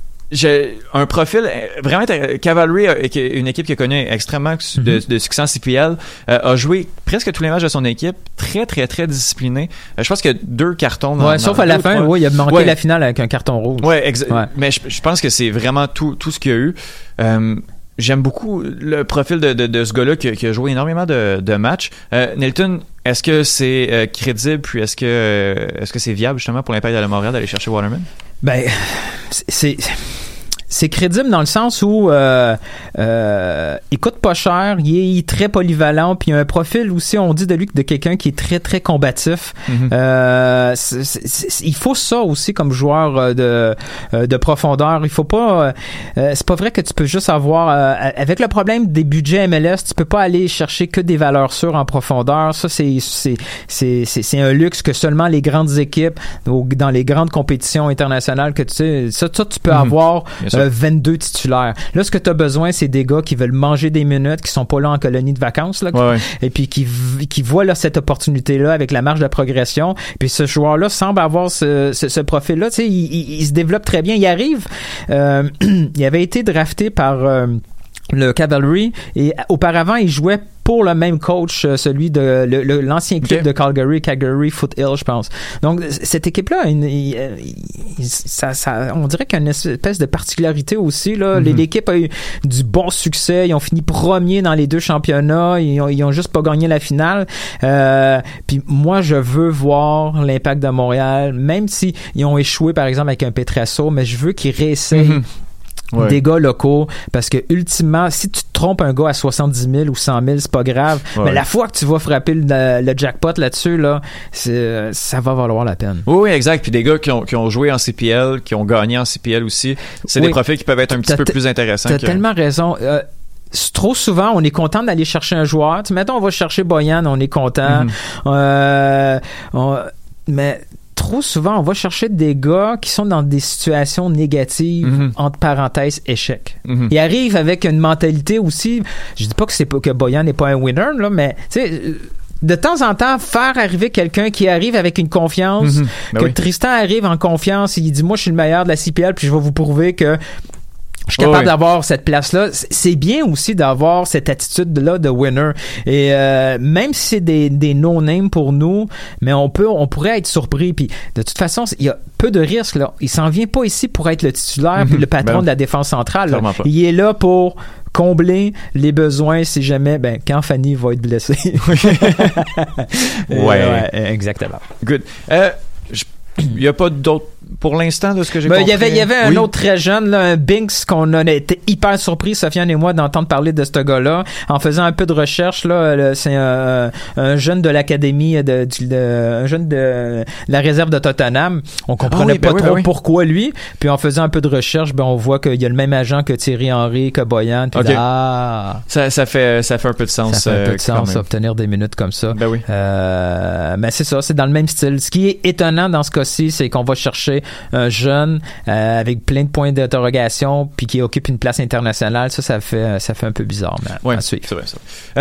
j'ai un profil vraiment... Cavalry, une équipe qui a connu extrêmement de, mm-hmm. de succès en C P L, euh, a joué presque tous les matchs de son équipe, très, très, très discipliné. Euh, je pense qu'il y a deux cartons. Dans, ouais, dans sauf à la fin, oui, il a manqué ouais. la finale avec un carton rouge. Ouais, exa- ouais. Mais je, je pense que c'est vraiment tout, tout ce qu'il y a eu. Euh, J'aime beaucoup le profil de, de, de ce gars-là qui, qui a joué énormément de, de matchs. Euh, Nilton, est-ce que c'est euh, crédible, puis est-ce que euh, est-ce que c'est viable justement pour l'Impact de la Montréal d'aller chercher Waterman? Ben, c'est... C'est crédible dans le sens où euh, euh, il coûte pas cher, il est, il est très polyvalent, puis il a un profil aussi, on dit de lui de quelqu'un qui est très très combatif. Mm-hmm. Euh, c'est, c'est, c'est, il faut ça aussi comme joueur de de profondeur. Il faut pas, euh, c'est pas vrai que tu peux juste avoir euh, avec le problème des budgets M L S, tu peux pas aller chercher que des valeurs sûres en profondeur. Ça c'est c'est c'est c'est, c'est un luxe que seulement les grandes équipes dans les grandes compétitions internationales que tu sais, ça, ça tu peux mm-hmm. avoir. Euh, vingt-deux titulaires. Là, ce que tu as besoin, c'est des gars qui veulent manger des minutes, qui sont pas là en colonie de vacances, là, ouais, ouais. et puis qui, qui voient là, cette opportunité-là avec la marge de progression. Puis ce joueur-là semble avoir ce, ce, ce profil-là. Tu sais, il, il, il se développe très bien. Il arrive. Euh, il avait été drafté par euh, le Cavalry et auparavant, il jouait pour le même coach, celui de le, le, l'ancien club okay. de Calgary, Calgary Foothill, je pense. Donc cette équipe-là, il, il, il, ça, ça, on dirait qu'il y a une espèce de particularité aussi. Là, mm-hmm. L'équipe a eu du bon succès, ils ont fini premier dans les deux championnats, ils ont, ils ont juste pas gagné la finale. Euh, puis moi, je veux voir l'Impact de Montréal, même si ils ont échoué par exemple avec un Petrasso, mais je veux qu'ils réessayent. Mm-hmm. Ouais. Des gars locaux, parce que ultimement, si tu te trompes un gars à soixante-dix mille ou cent mille, c'est pas grave, ouais. mais la fois que tu vas frapper le, le jackpot là-dessus, là, c'est, ça va valoir la peine. Oui, oui, exact. Puis des gars qui ont, qui ont joué en C P L, qui ont gagné en C P L aussi, c'est oui. des profils qui peuvent être un petit t'as, peu plus intéressants. T'as que... tellement raison. Euh, trop souvent, on est content d'aller chercher un joueur. Tu sais, mettons, on va chercher Boyan, on est content. Mm-hmm. Euh, on, mais trop souvent, on va chercher des gars qui sont dans des situations négatives, mm-hmm. entre parenthèses, échec. Mm-hmm. Ils arrivent avec une mentalité aussi, je dis pas que c'est pas que Boyan n'est pas un winner, là, mais tu sais, de temps en temps, faire arriver quelqu'un qui arrive avec une confiance, mm-hmm. ben que oui. Tristan arrive en confiance, il dit, moi, je suis le meilleur de la C P L, puis je vais vous prouver que je suis capable oh oui. d'avoir cette place-là. C'est bien aussi d'avoir cette attitude-là de winner. Et euh, même si c'est des, des no-names pour nous, mais on peut, on pourrait être surpris. Puis de toute façon, il y a peu de risques là. Il s'en vient pas ici pour être le titulaire mm-hmm. puis le patron ben, de la défense centrale. Là. Il est là pour combler les besoins si jamais, ben, quand Fanny va être blessée. ouais. ouais, exactement. Good. Euh, il y a pas d'autres pour l'instant de ce que j'ai ben, compris. Il y avait, il y avait un oui. autre très jeune, là, un Binks, qu'on a été hyper surpris, Sofiane et moi, d'entendre parler de ce gars-là. En faisant un peu de recherche, là, là c'est un, un jeune de l'académie, de, de, de, un jeune de la réserve de Tottenham. On comprenait ah oui, pas ben trop oui, ben oui. pourquoi lui. Puis en faisant un peu de recherche, ben on voit qu'il y a le même agent que Thierry Henry, que Boyan. Puis okay. là, ah, ça, ça fait, ça fait un peu de sens. Ça fait un peu de euh, sens, obtenir des minutes comme ça. Ben oui. Euh, mais c'est ça, c'est dans le même style. Ce qui est étonnant dans ce cas-ci, c'est qu'on va chercher un jeune euh, avec plein de points d'interrogation puis qui occupe une place internationale. Ça, ça fait, ça fait un peu bizarre, mais ouais, à suivre. C'est vrai, ça. Um,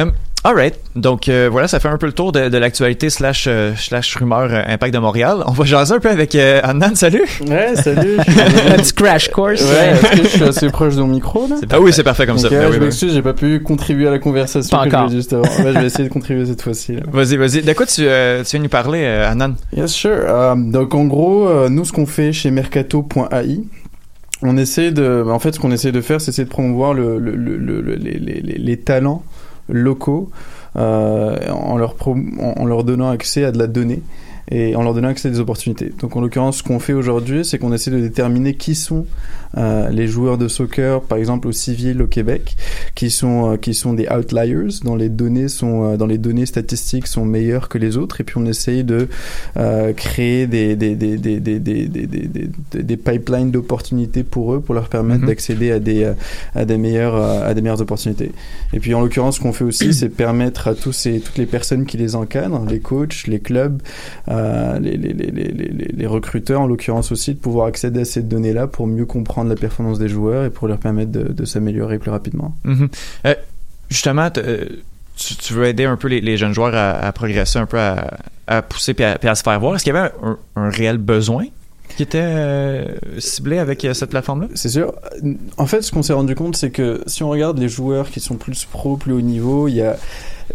Alright, donc euh, voilà, ça fait un peu le tour de, de l'actualité slash, euh, slash rumeur euh, Impact de Montréal. On va jaser un peu avec euh, Adnan, salut! Ouais, salut! Un petit crash course! Ouais, est-ce que je suis assez proche de mon micro, là? Ah oui, c'est parfait comme donc, ça. Euh, ben je oui, m'excuse, j'ai pas pu contribuer à la conversation pas que encore. je juste avant. Ouais, je vais essayer de contribuer cette fois-ci. Là. Vas-y, vas-y. De quoi tu, euh, tu viens nous parler, euh, Adnan? Yes, sure. Euh, donc en gros, euh, nous, ce qu'on fait chez Mercato point A I, on essaie de, en fait, ce qu'on essaie de faire, c'est essayer de promouvoir le, le, le, le, le, les, les, les talents locaux euh, en, leur pro, en, en leur donnant accès à de la donnée et en leur donnant accès à des opportunités. Donc en l'occurrence, ce qu'on fait aujourd'hui, c'est qu'on essaie de déterminer qui sont euh, les joueurs de soccer, par exemple au civil au Québec, qui sont euh, qui sont des outliers, dont les données sont euh, dans les données statistiques sont meilleures que les autres, et puis on essaye de euh, créer des des des des des des des des, des, des pipelines d'opportunités pour eux, pour leur permettre mm-hmm. d'accéder à des à des meilleures à des meilleures opportunités. Et puis en l'occurrence, ce qu'on fait aussi, c'est permettre à tous ces toutes les personnes qui les encadrent, les coachs, les clubs, euh, les, les les les les les recruteurs en l'occurrence aussi, de pouvoir accéder à ces données-là pour mieux comprendre la performance des joueurs et pour leur permettre de, de s'améliorer plus rapidement. Mm-hmm. Euh, justement, euh, tu, tu veux aider un peu les, les jeunes joueurs à, à progresser un peu, à, à pousser puis à, puis à se faire voir. Est-ce qu'il y avait un, un réel besoin qui était euh, ciblé avec euh, cette plateforme-là? C'est sûr. En fait, ce qu'on s'est rendu compte, c'est que si on regarde les joueurs qui sont plus pro, plus haut niveau, il y a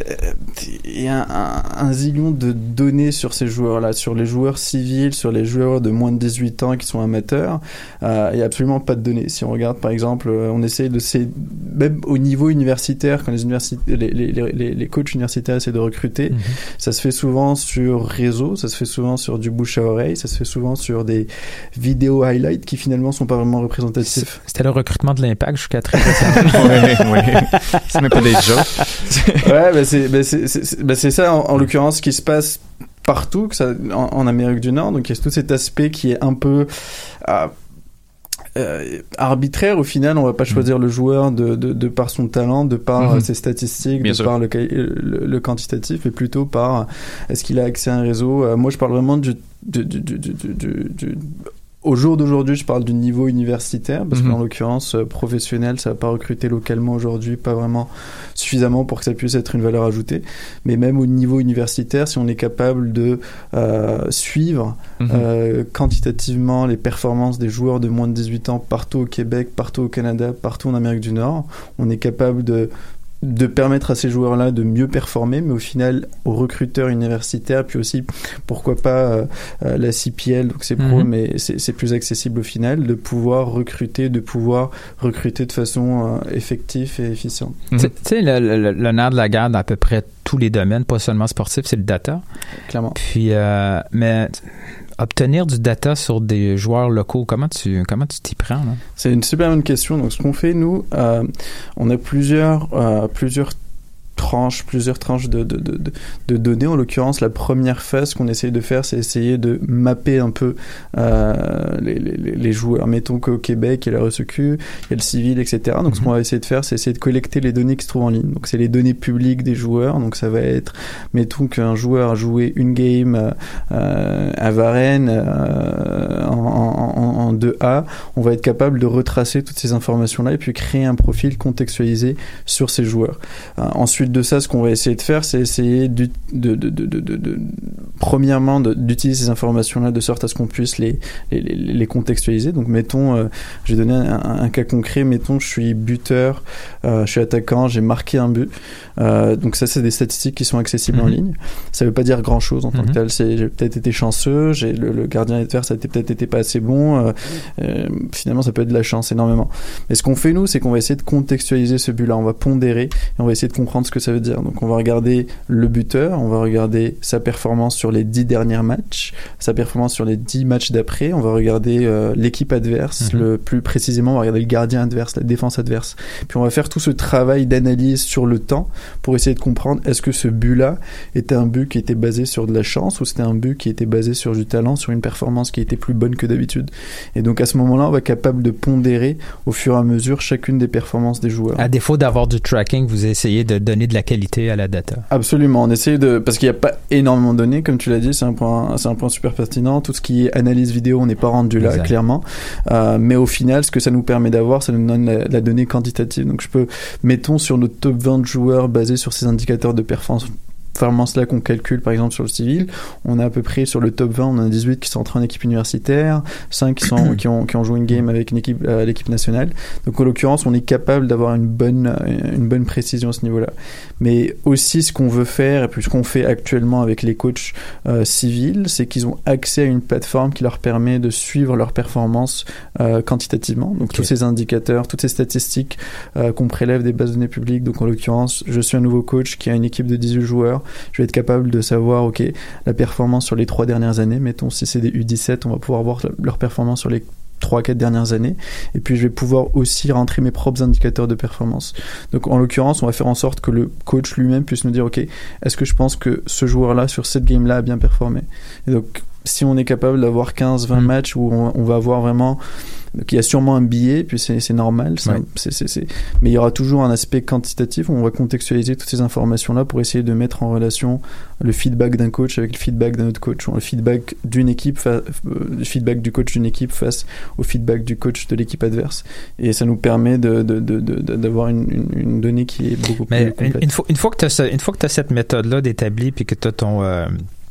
il y a un, un zillion de données sur ces joueurs-là, sur les joueurs civils, sur les joueurs de moins de dix-huit ans qui sont amateurs. Euh, il y a absolument pas de données. Si on regarde, par exemple, on essaye de, même au niveau universitaire, quand les universités, les, les, les, les coachs universitaires essaient de recruter, mm-hmm. ça se fait souvent sur réseau, ça se fait souvent sur du bouche à oreille, ça se fait souvent sur des vidéos highlights qui finalement sont pas vraiment représentatifs. C'était le recrutement de l'Impact jusqu'à très récemment. Oui, oui. C'est même pas des jokes. Ouais, bah c'est, bah c'est, c'est, bah c'est ça en, en l'occurrence qui se passe partout, que ça, en, en Amérique du Nord. Donc il y a tout cet aspect qui est un peu euh, euh, arbitraire. Au final, on va pas choisir mmh. le joueur de, de, de par son talent, de par mmh. ses statistiques, Bien de sûr. par le, le, le quantitatif, mais plutôt par est-ce qu'il a accès à un réseau. Euh, moi, je parle vraiment du, du, du, du, du, du, du Au jour d'aujourd'hui, je parle du niveau universitaire, parce mmh. qu'en l'occurrence, euh, professionnel, ça va pas recruter localement aujourd'hui, pas vraiment suffisamment pour que ça puisse être une valeur ajoutée. Mais même au niveau universitaire, si on est capable de euh, suivre mmh. euh, quantitativement les performances des joueurs de moins de dix-huit ans partout au Québec, partout au Canada, partout en Amérique du Nord, on est capable de de permettre à ces joueurs-là de mieux performer, mais au final, aux recruteurs universitaires, puis aussi, pourquoi pas, euh, euh, la C P L, donc c'est pro, mm-hmm. mais c'est, c'est plus accessible au final, de pouvoir recruter, de pouvoir recruter de façon euh, effective et efficiente. Mm-hmm. Tu sais, le, le, le nerf de la guerre dans à peu près tous les domaines, pas seulement sportifs, c'est le data. Clairement. Puis, euh, mais obtenir du data sur des joueurs locaux, comment tu comment tu t'y prends là? C'est une super bonne question. Donc, ce qu'on fait, nous, euh, on a plusieurs euh, plusieurs tranches, plusieurs tranches de, de, de, de, de données. En l'occurrence, la première phase qu'on essaye de faire, c'est essayer de mapper un peu euh, les, les, les joueurs. Mettons qu'au Québec, il y a la R S E Q, il y a le civil, et cetera. Donc, mm-hmm. ce qu'on va essayer de faire, c'est essayer de collecter les données qui se trouvent en ligne. Donc, c'est les données publiques des joueurs. Donc, ça va être, mettons qu'un joueur a joué une game euh, à Varennes euh, en, en, en deux A. On va être capable de retracer toutes ces informations-là et puis créer un profil contextualisé sur ces joueurs. Euh, ensuite de ça, ce qu'on va essayer de faire, c'est essayer de, de, de, de, de, de, de premièrement, de, d'utiliser ces informations-là de sorte à ce qu'on puisse les, les, les, les contextualiser. Donc, mettons, euh, j'ai donné un, un, un cas concret, mettons, je suis buteur, euh, je suis attaquant, j'ai marqué un but. Euh, donc, ça, c'est des statistiques qui sont accessibles mm-hmm. en ligne. Ça veut pas dire grand-chose en tant mm-hmm. que tel. C'est, j'ai peut-être été chanceux, j'ai, le, le gardien adverse a été, peut-être été pas assez bon. Euh, euh, finalement, ça peut être de la chance énormément. Mais ce qu'on fait, nous, c'est qu'on va essayer de contextualiser ce but-là. On va pondérer et on va essayer de comprendre ce que ça veut dire. Donc on va regarder le buteur, on va regarder sa performance sur les dix derniers matchs, sa performance sur les dix matchs d'après, on va regarder euh, l'équipe adverse, mm-hmm. le plus précisément on va regarder le gardien adverse, la défense adverse. Puis on va faire tout ce travail d'analyse sur le temps pour essayer de comprendre est-ce que ce but-là était un but qui était basé sur de la chance ou c'était un but qui était basé sur du talent, sur une performance qui était plus bonne que d'habitude. Et donc à ce moment-là, on va être capable de pondérer au fur et à mesure chacune des performances des joueurs. À défaut d'avoir du tracking, vous essayez de donner de la qualité à la data. Absolument, on essaye de, parce qu'il n'y a pas énormément de données, comme tu l'as dit, c'est un point, c'est un point super pertinent. Tout ce qui est analyse vidéo, on n'est pas rendu là, exact. Clairement. Euh, mais au final, ce que ça nous permet d'avoir, ça nous donne la, la donnée quantitative. Donc je peux, mettons sur notre top vingt de joueurs basés sur ces indicateurs de performance, performance là qu'on calcule par exemple sur le civil, on a à peu près sur le top vingt, on en a dix-huit qui sont entrés en équipe universitaire, cinq qui, sont, qui, ont, qui ont joué une game avec une équipe, euh, l'équipe nationale. Donc en l'occurrence, on est capable d'avoir une bonne, une bonne précision à ce niveau-là. Mais aussi ce qu'on veut faire, et puis ce qu'on fait actuellement avec les coachs euh, civils, c'est qu'ils ont accès à une plateforme qui leur permet de suivre leur performance euh, quantitativement. Donc okay. tous ces indicateurs, toutes ces statistiques euh, qu'on prélève des bases de données publiques. Donc en l'occurrence, je suis un nouveau coach qui a une équipe de dix-huit joueurs. Je vais être capable de savoir, ok, la performance sur les trois dernières années, mettons si c'est des U dix-sept, on va pouvoir voir leur performance sur les trois quatre dernières années, et puis je vais pouvoir aussi rentrer mes propres indicateurs de performance. Donc en l'occurrence, on va faire en sorte que le coach lui-même puisse nous dire, ok, est-ce que je pense que ce joueur-là, sur cette game-là, a bien performé? Et donc, si on est capable d'avoir quinze vingt mmh. matchs où on, on va avoir vraiment... Donc il y a sûrement un biais, puis c'est, c'est normal, c'est, ouais. c'est, c'est, c'est... mais il y aura toujours un aspect quantitatif où on va contextualiser toutes ces informations-là pour essayer de mettre en relation le feedback d'un coach avec le feedback d'un autre coach, ou le feedback d'une équipe, fa... le feedback du coach d'une équipe face au feedback du coach de l'équipe adverse. Et ça nous permet de, de, de, de, d'avoir une, une, une donnée qui est beaucoup mais plus complète. Une fois, une fois que tu as, une fois que tu as cette méthode-là d'établir, puis que tu as ton, euh,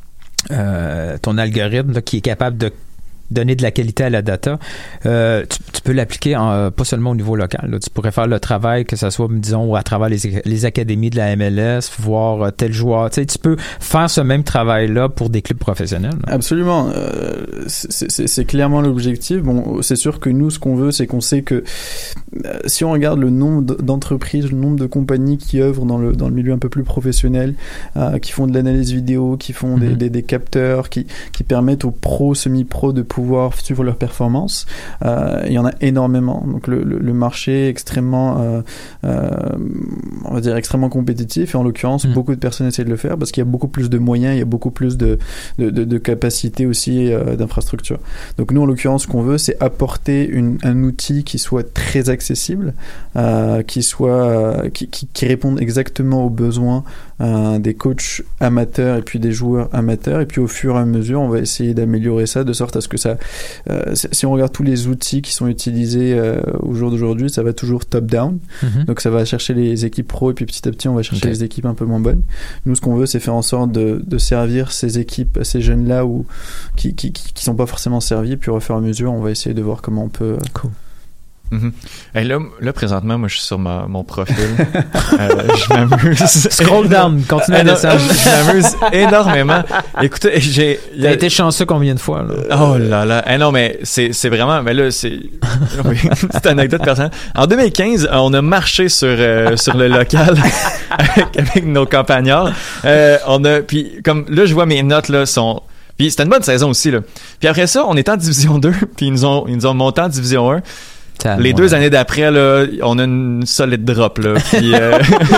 euh, ton algorithme là, qui est capable de donner de la qualité à la data, euh, tu, tu peux l'appliquer en, euh, pas seulement au niveau local. Là. Tu pourrais faire le travail, que ça soit, disons, à travers les, les académies de la M L S, voir euh, tel joueur. Tu sais, tu peux faire ce même travail-là pour des clubs professionnels. Là. Absolument. Euh, c'est, c'est, c'est clairement l'objectif. Bon, c'est sûr que nous, ce qu'on veut, c'est qu'on sait que euh, si on regarde le nombre d'entreprises, le nombre de compagnies qui œuvrent dans le, dans le milieu un peu plus professionnel, euh, qui font de l'analyse vidéo, qui font mm-hmm. des, des, des capteurs, qui, qui permettent aux pros, semi-pros de pouvoir pouvoir suivre leur performance. Euh, il y en a énormément. Donc le, le, le marché est extrêmement, euh, euh, on va dire extrêmement compétitif. Et en l'occurrence, mmh. beaucoup de personnes essaient de le faire parce qu'il y a beaucoup plus de moyens, il y a beaucoup plus de, de, de, de capacités aussi euh, d'infrastructures. Donc nous, en l'occurrence, ce qu'on veut, c'est apporter une, un outil qui soit très accessible, euh, qui soit, euh, qui, qui, qui réponde exactement aux besoins euh, des coachs amateurs et puis des joueurs amateurs. Et puis au fur et à mesure, on va essayer d'améliorer ça de sorte à ce que ça Euh, si on regarde tous les outils qui sont utilisés euh, au jour d'aujourd'hui, ça va toujours top-down. Mm-hmm. Donc ça va chercher les équipes pro et puis petit à petit on va chercher okay. les équipes un peu moins bonnes. Nous, ce qu'on veut, c'est faire en sorte de, de servir ces équipes, ces jeunes-là où, qui, qui, qui sont pas forcément servis. Puis au fur et à mesure, on va essayer de voir comment on peut... Cool. Mm-hmm. Et là, là, présentement, moi, je suis sur ma, mon profil. euh, je m'amuse. Scroll down, continue à descendre. Je m'amuse énormément. Écoutez, j'ai. T'as a... été chanceux combien de fois, là? Oh là là. Eh non, mais c'est, c'est vraiment. Mais là, c'est. Oui, c'est une anecdote personnelle. En deux mille quinze, on a marché sur, euh, sur le local avec, avec nos compagnons. Euh, on a. Puis, comme là, je vois mes notes, là, sont. Puis, c'était une bonne saison aussi, là. Puis après ça, on était en division deux, puis ils nous ont, ils nous ont monté en division un. Les deux années d'après, là, on a une solide drop, là. Puis, euh,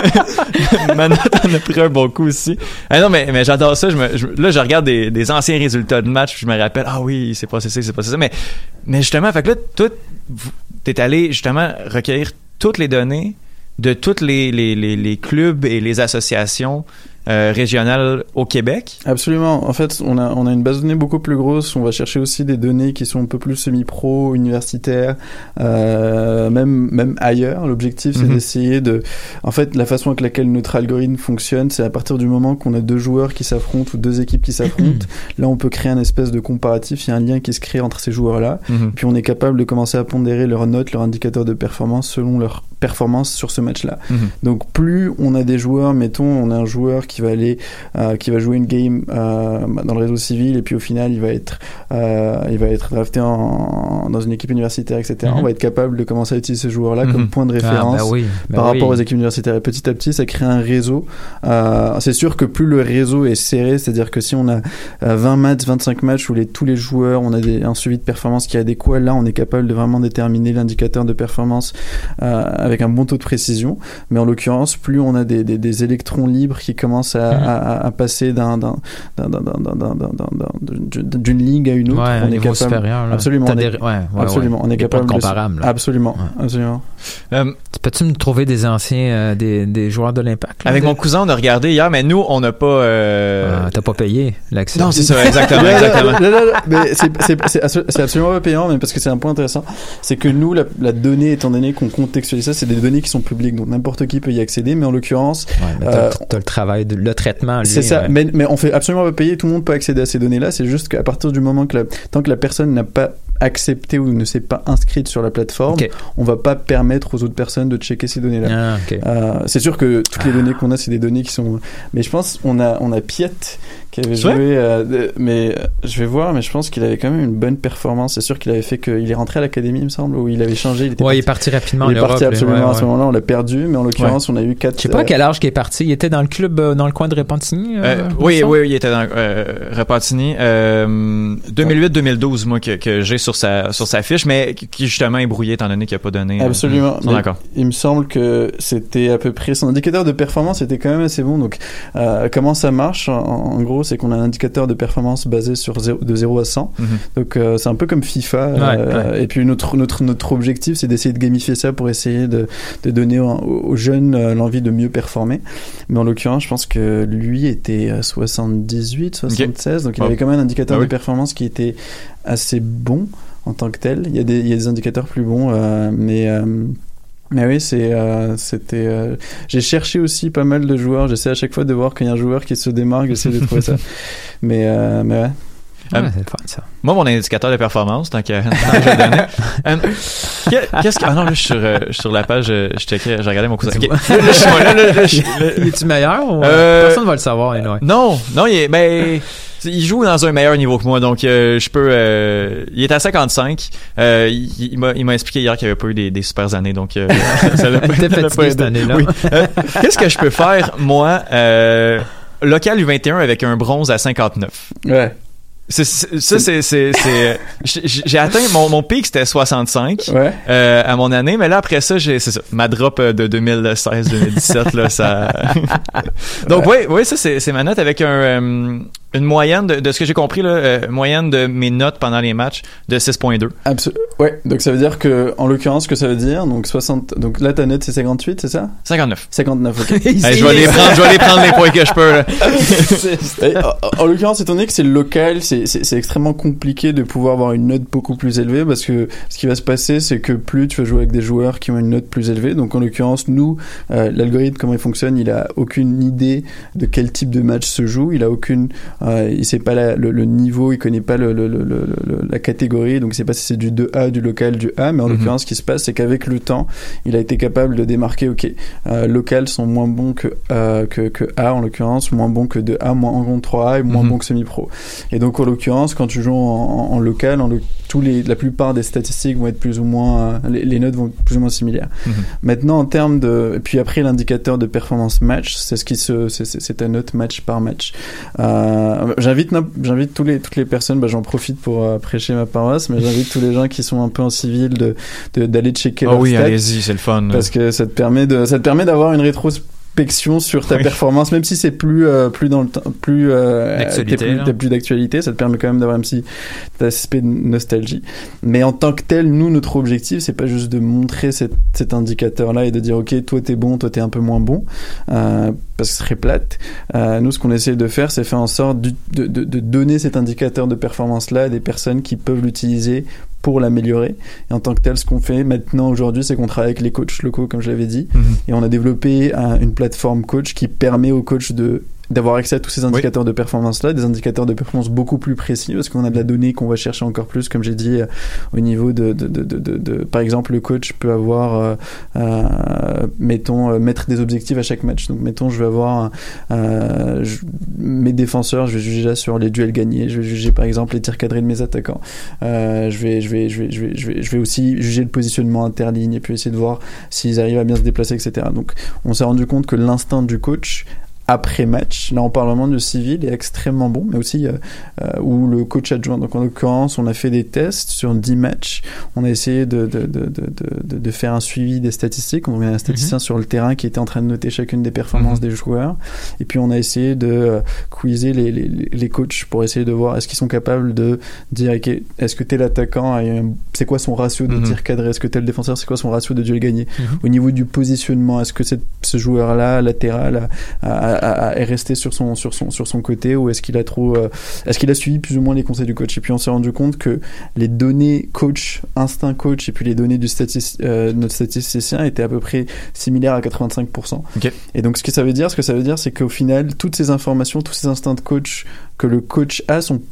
ma note en a pris un bon coup aussi. Ah non, mais, mais j'adore ça. Je me, je, là, je regarde des, des anciens résultats de match, puis je me rappelle, ah oui, c'est passé ça, c'est passé ça. Mais, mais justement, fait que là, toi, t'es allé, justement, recueillir toutes les données de tous les, les, les, les clubs et les associations Euh, régional au Québec? Absolument. En fait, on a, on a une base de données beaucoup plus grosse. On va chercher aussi des données qui sont un peu plus semi-pro, universitaires, euh, même, même ailleurs. L'objectif, c'est mm-hmm. d'essayer de... En fait, la façon avec laquelle notre algorithme fonctionne, c'est à partir du moment qu'on a deux joueurs qui s'affrontent ou deux équipes qui s'affrontent, là, on peut créer un espèce de comparatif. Il y a un lien qui se crée entre ces joueurs-là. Mm-hmm. Puis on est capable de commencer à pondérer leurs notes, leurs indicateurs de performance selon leur performance sur ce match-là. Mm-hmm. Donc, plus on a des joueurs, mettons, on a un joueur qui qui va aller, euh, qui va jouer une game euh, dans le réseau civil et puis au final il va être, euh, il va être drafté en, dans une équipe universitaire, et cetera. Mm-hmm. On va être capable de commencer à utiliser ce joueur-là mm-hmm. comme point de référence ah, bah oui, bah par oui. rapport aux équipes universitaires. Et petit à petit, ça crée un réseau. Euh, c'est sûr que plus le réseau est serré, c'est-à-dire que si on a vingt matchs, vingt-cinq matchs où les, tous les joueurs, on a des, un suivi de performance qui est adéquat, là on est capable de vraiment déterminer l'indicateur de performance euh, avec avec un bon taux de précision. Mais en l'occurrence, plus on a des, des, des électrons libres qui commencent à, mmh. à, à passer d'un, d'un, d'un, d'un, d'un, d'un, d'un, d'un, d'une ligue à une autre, ouais, on est capable. Supérieur, là. Absolument, on est, des... ouais, ouais, absolument, ouais. on est capable. Pas de comparable. De... Absolument, ouais. absolument. Um, Peux-tu me trouver des anciens, euh, des, des joueurs de l'Impact? Là, avec de... mon cousin, on a regardé hier, mais nous, on n'a pas. Euh... Ah, t'as pas payé l'accès. Non, c'est ça, exactement, exactement. là, là, là, là, mais c'est, c'est, c'est, c'est absolument pas payant, mais parce que c'est un point intéressant. C'est que nous, la, la donnée, étant donné qu'on contextualise ça, c'est des données qui sont publiques, donc n'importe qui peut y accéder, mais en l'occurrence. Ouais, mais t'as, euh, t'as le travail, de, le traitement. Lui, c'est ça, ouais. mais, mais on fait absolument pas payer, tout le monde peut accéder à ces données-là, c'est juste qu'à partir du moment que la, tant que la personne n'a pas accepté ou ne s'est pas inscrite sur la plateforme, okay. on va pas permettre aux autres personnes de checker ces données-là. Ah, okay. euh, c'est sûr que toutes les ah. données qu'on a, c'est des données qui sont. Mais je pense on a on a Piet qui avait joué, euh, mais euh, je vais voir, mais je pense qu'il avait quand même une bonne performance. C'est sûr qu'il avait fait que il est rentré à l'académie, il me semble, où il avait changé. Il était ouais, parti, il est parti rapidement. Il est en parti Europe, absolument ouais, ouais. à ce moment-là, on l'a perdu, mais en l'occurrence, ouais. on a eu quatre. Je sais pas à quel âge qu'il est parti. Il était dans le club euh, dans le coin de Repentigny. Euh, euh, oui, oui, oui, il était dans euh, Repentigny. Euh, deux mille huit deux mille douze, moi que, que j'ai sur sa sur sa fiche, mais qui justement est brouillé étant donné qu'il n'a pas donné. Absolument. Euh, d'accord. Il me semble que c'était à peu près son indicateur de performance était quand même assez bon. Donc, euh, comment ça marche en, en gros, c'est qu'on a un indicateur de performance basé sur zéro, de zéro à cent. Mm-hmm. Donc, euh, c'est un peu comme FIFA. Ouais, euh, ouais. Et puis notre notre notre objectif, c'est d'essayer de gamifier ça pour essayer de de donner aux, aux jeunes euh, l'envie de mieux performer. Mais en l'occurrence, je pense que lui était à soixante-dix-huit, soixante-seize. Okay. Donc, il oh. avait quand même un indicateur ah, de oui. performance qui était assez bon en tant que tel. Il y a des, il y a des indicateurs plus bons, euh, mais, euh, mais oui, c'est, euh, c'était, euh, j'ai cherché aussi pas mal de joueurs. J'essaie à chaque fois de voir quand il y a un joueur qui se démarque, j'essaie de trouver ça. Mais, euh, mais ouais. Ouais, um, c'est fun, ça. Moi, mon indicateur de performance, tant que je vais donner. Um, qu'est-ce que. Ah non, là, je suis sur, euh, je suis sur la page, je checkais, j'ai regardé mon cousin. Okay. Là, là, je, là, là, là, je, là, es-tu meilleur ou euh, personne va le savoir, anyway. Non, non, il est. Ben, il joue dans un meilleur niveau que moi, donc euh, je peux. Euh, il est à cinquante-cinq. Euh, il, il, m'a, il m'a expliqué hier qu'il n'y avait pas eu des, des super années, donc euh, ça l'a pas, ça l'a pas cette année-là. Oui. Euh, qu'est-ce que je peux faire, moi, euh, local U vingt et un avec un bronze à cinquante-neuf? Ouais. C'est, c'est, ça, c'est, c'est, c'est, j'ai, j'ai atteint mon, mon pic, c'était soixante-cinq, ouais. euh, à mon année, mais là, après ça, j'ai, c'est ça, ma drop de deux mille seize deux mille dix-sept, là, ça, donc, ouais. oui, oui, ça, c'est, c'est ma note avec un, euh, une moyenne de, de ce que j'ai compris, là, euh, moyenne de mes notes pendant les matchs de six virgule deux. Absolument. Ouais. Donc, ça veut dire que, en l'occurrence, ce que ça veut dire, donc soixante, donc là, ta note, c'est cinquante-huit, c'est ça? cinquante-neuf. cinquante-neuf, ok. hey, je vais les prendre, je vais les prendre les points que je peux, là. Et, en, en l'occurrence, étant donné que c'est local, c'est, c'est, c'est extrêmement compliqué de pouvoir avoir une note beaucoup plus élevée parce que ce qui va se passer, c'est que plus tu vas jouer avec des joueurs qui ont une note plus élevée. Donc, en l'occurrence, nous, euh, l'algorithme, comment il fonctionne, il a aucune idée de quel type de match se joue. Il a aucune, euh, il sait pas la, le, le niveau, il connaît pas le, le, le, le, la catégorie. Donc, il sait pas si c'est du deux A, du local, du A. Mais en mm-hmm. l'occurrence, ce qui se passe, c'est qu'avec le temps, il a été capable de démarquer, ok, euh, local sont moins bons que, euh, que, que A, en l'occurrence, moins bons que deux A, moins en contre trois A et moins mm-hmm. bons que semi-pro. Et donc, en l'occurrence, quand tu joues en, en, en local, en le, tous les, la plupart des statistiques vont être plus ou moins, les, les notes vont être plus ou moins similaires. Mm-hmm. Maintenant, en termes de, et puis après l'indicateur de performance match, c'est ce qui se, c'est, c'est, c'est ta note match par match. Euh, j'invite, j'invite tous les, toutes les personnes, bah, j'en profite pour euh, prêcher ma paroisse, mais j'invite tous les gens qui sont un peu en civil de, de d'aller checker. Oh leur oui, stats, allez-y, c'est le fun. Parce que ça te permet de, ça te permet d'avoir une rétrospective sur ta oui. performance, même si c'est plus euh, plus dans le temps, plus euh, d'actualité, t'es plus, t'as plus d'actualité, ça te permet quand même d'avoir un petit aspect de nostalgie. Mais en tant que tel, nous, notre objectif, c'est pas juste de montrer cet, cet indicateur-là et de dire ok, toi t'es bon, toi t'es un peu moins bon, euh, parce que ce serait plate. Euh, nous, ce qu'on essaie de faire, c'est faire en sorte de, de, de, de donner cet indicateur de performance-là à des personnes qui peuvent l'utiliser pour l'améliorer. Et en tant que tel, ce qu'on fait maintenant aujourd'hui, c'est qu'on travaille avec les coachs locaux, comme je l'avais dit, mmh. et on a développé un, une plateforme coach qui permet aux coachs de d'avoir accès à tous ces indicateurs oui. de performance-là, des indicateurs de performance beaucoup plus précis, parce qu'on a de la donnée qu'on va chercher encore plus, comme j'ai dit, euh, au niveau de, de, de, de, de, de... Par exemple, le coach peut avoir, euh, euh, mettons, euh, mettre des objectifs à chaque match. Donc, mettons, je vais avoir euh, je, mes défenseurs, je vais juger là sur les duels gagnés, je vais juger, par exemple, les tirs cadrés de mes attaquants. Euh, je, vais, je, vais, je, vais, je, vais, je, vais, je vais aussi juger le positionnement interligne, et puis essayer de voir s'ils arrivent à bien se déplacer, et cetera. Donc, on s'est rendu compte que l'instinct du coach après-match. Là, on parle vraiment de civil est extrêmement bon, mais aussi euh, euh, où le coach adjoint. Donc, en l'occurrence, on a fait des tests sur dix matchs. On a essayé de, de, de, de, de, de faire un suivi des statistiques. On avait un statisticien mm-hmm. sur le terrain qui était en train de noter chacune des performances mm-hmm. des joueurs. Et puis, on a essayé de euh, quizer les, les, les coachs pour essayer de voir est-ce qu'ils sont capables de dire okay, est-ce que tel attaquant, c'est quoi son ratio de mm-hmm. tir cadré, est-ce que tel défenseur, c'est quoi son ratio de duel gagné. Mm-hmm. Au niveau du positionnement, est-ce que c'est, ce joueur-là, latéral, a, a, a, a, est resté sur son, sur, son, sur son côté, ou est-ce qu'il a trop euh, est-ce qu'il a suivi plus ou moins les conseils du coach. Et puis on s'est rendu compte que les données coach, instinct coach, et puis les données du statistic, euh, notre statisticien étaient à peu près similaires à quatre-vingt-cinq pour cent. Okay. Et donc ce que ça veut dire, ce que ça veut dire, c'est qu'au final, toutes ces informations, tous ces instincts de coach que le coach a sont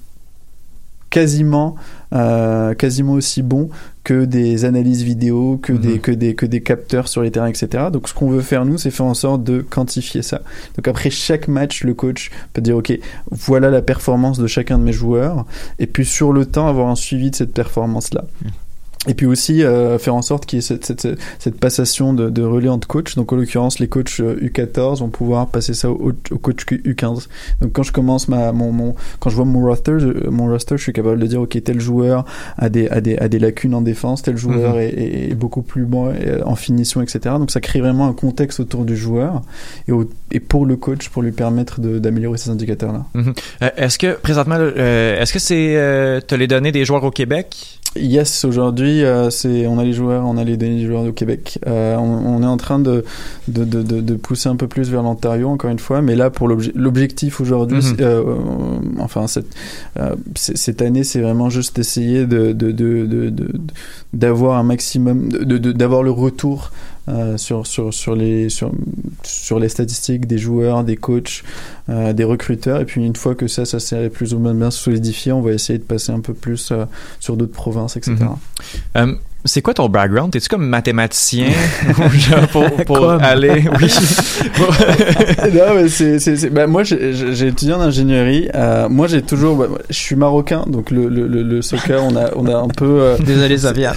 quasiment euh, quasiment aussi bons que des analyses vidéo, que, mmh. des, que, des, que des capteurs sur les terrains, et cetera. Donc ce qu'on veut faire, nous, c'est faire en sorte de quantifier ça. Donc après chaque match, le coach peut dire, OK, voilà la performance de chacun de mes joueurs, et puis sur le temps, avoir un suivi de cette performance-là. Mmh. Et puis aussi euh, faire en sorte qu'il y ait cette, cette, cette passation de, de relais entre coachs. Donc en l'occurrence, les coachs U quatorze vont pouvoir passer ça au, au coach U quinze. Donc quand je commence ma mon, mon quand je vois mon roster, je, mon roster, je suis capable de dire ok, tel joueur a des a des a des lacunes en défense, tel joueur mm-hmm. est, est beaucoup plus bon en finition, et cetera. Donc ça crée vraiment un contexte autour du joueur et au, et pour le coach pour lui permettre de, d'améliorer ces indicateurs là. Mm-hmm. Euh, est-ce que présentement, euh, est-ce que c'est euh, t'as les données des joueurs au Québec? Yes, aujourd'hui, euh, c'est, on a les joueurs, on a les données des joueurs au Québec. Euh, on, on est en train de, de, de, de, de pousser un peu plus vers l'Ontario, encore une fois, mais là, pour l'obje- l'objectif aujourd'hui, mm-hmm. c'est, euh, enfin, cette, euh, c'est, cette année, c'est vraiment juste essayer de, de, de, de, de, d'avoir un maximum, de, de, d'avoir le retour Euh, sur sur sur les sur sur les statistiques des joueurs, des coachs, euh, des recruteurs, et puis une fois que ça ça s'est plus ou moins bien solidifié, on va essayer de passer un peu plus euh, sur d'autres provinces, et cetera. Mm-hmm. Um, c'est quoi ton background? T'es-tu comme mathématicien pour, pour comme. aller? Oui. Non, mais c'est c'est, c'est bah, moi j'ai, j'ai étudié en ingénierie. Euh, moi j'ai toujours, bah, je suis marocain, donc le le le, le soccer on a on a un peu. Euh, Désolé Xavier.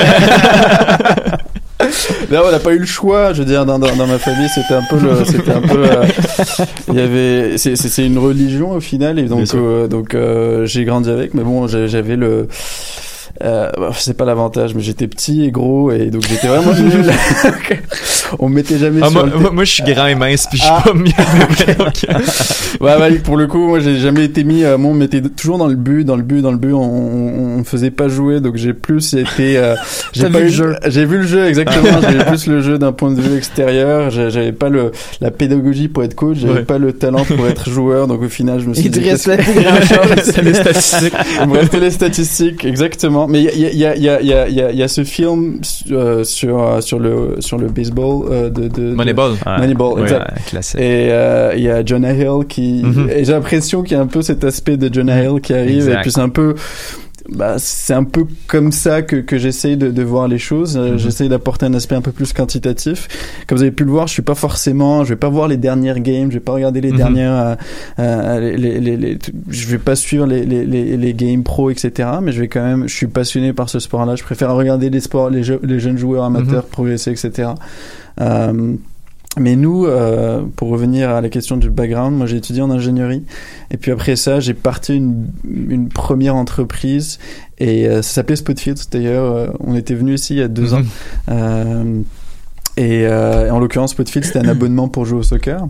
Là, on n'a pas eu le choix. Je veux dire, dans, dans, dans ma famille, c'était un peu, le, c'était un peu. Euh, il y avait, c'est, c'est, c'est une religion au final, et donc, euh, donc, euh, j'ai grandi avec. Mais bon, j'avais le. Euh, bah, c'est pas l'avantage, mais j'étais petit et gros, et donc j'étais vraiment nul. On me mettait jamais ah, sur moi, le t- moi je suis grand et mince, puis je ah. suis pas mieux. Donc... ouais, ouais, pour le coup, moi j'ai jamais été mis. Euh, moi, on me mettait toujours dans le but, dans le but, dans le but. On, on, on faisait pas jouer, donc j'ai plus été. Euh, j'ai T'as pas vu eu le jeu. J'ai vu le jeu exactement. J'avais plus le jeu d'un point de vue extérieur. J'avais pas le la pédagogie pour être coach. J'avais ouais. pas le talent pour être joueur. Donc au final, je me suis Il dit. Il te restait grand-chose. Les statistiques. Il me restait les statistiques, exactement. Mais il y a, il y a, il y a, il y a, il y a, il y a ce film euh, sur euh, sur le sur le baseball euh, de, de Moneyball. De, Moneyball, ouais, exact. Ouais, classique. Et euh, il y a Jonah Hill qui. Mm-hmm. Et j'ai l'impression qu'il y a un peu cet aspect de Jonah Hill qui arrive, exact. Et puis c'est un peu. Bah, c'est un peu comme ça que, que j'essaye de, de voir les choses. Mm-hmm. J'essaye d'apporter un aspect un peu plus quantitatif. Comme vous avez pu le voir, je suis pas forcément, je vais pas voir les dernières games, je vais pas regarder les mm-hmm. dernières, euh, euh, les, les, les, les, je vais pas suivre les, les, les, les games pro, et cetera. Mais je vais quand même, je suis passionné par ce sport-là. Je préfère regarder les sports, les, jeux, les jeunes joueurs amateurs mm-hmm. progresser, et cetera. Euh, Mais nous, euh, pour revenir à la question du background, moi j'ai étudié en ingénierie, et puis après ça j'ai parti une, une première entreprise, et euh, ça s'appelait Spotfields d'ailleurs. Euh, on était venu ici il y a deux mm-hmm. ans, euh, et, euh, et en l'occurrence Spotfields c'était un abonnement pour jouer au soccer,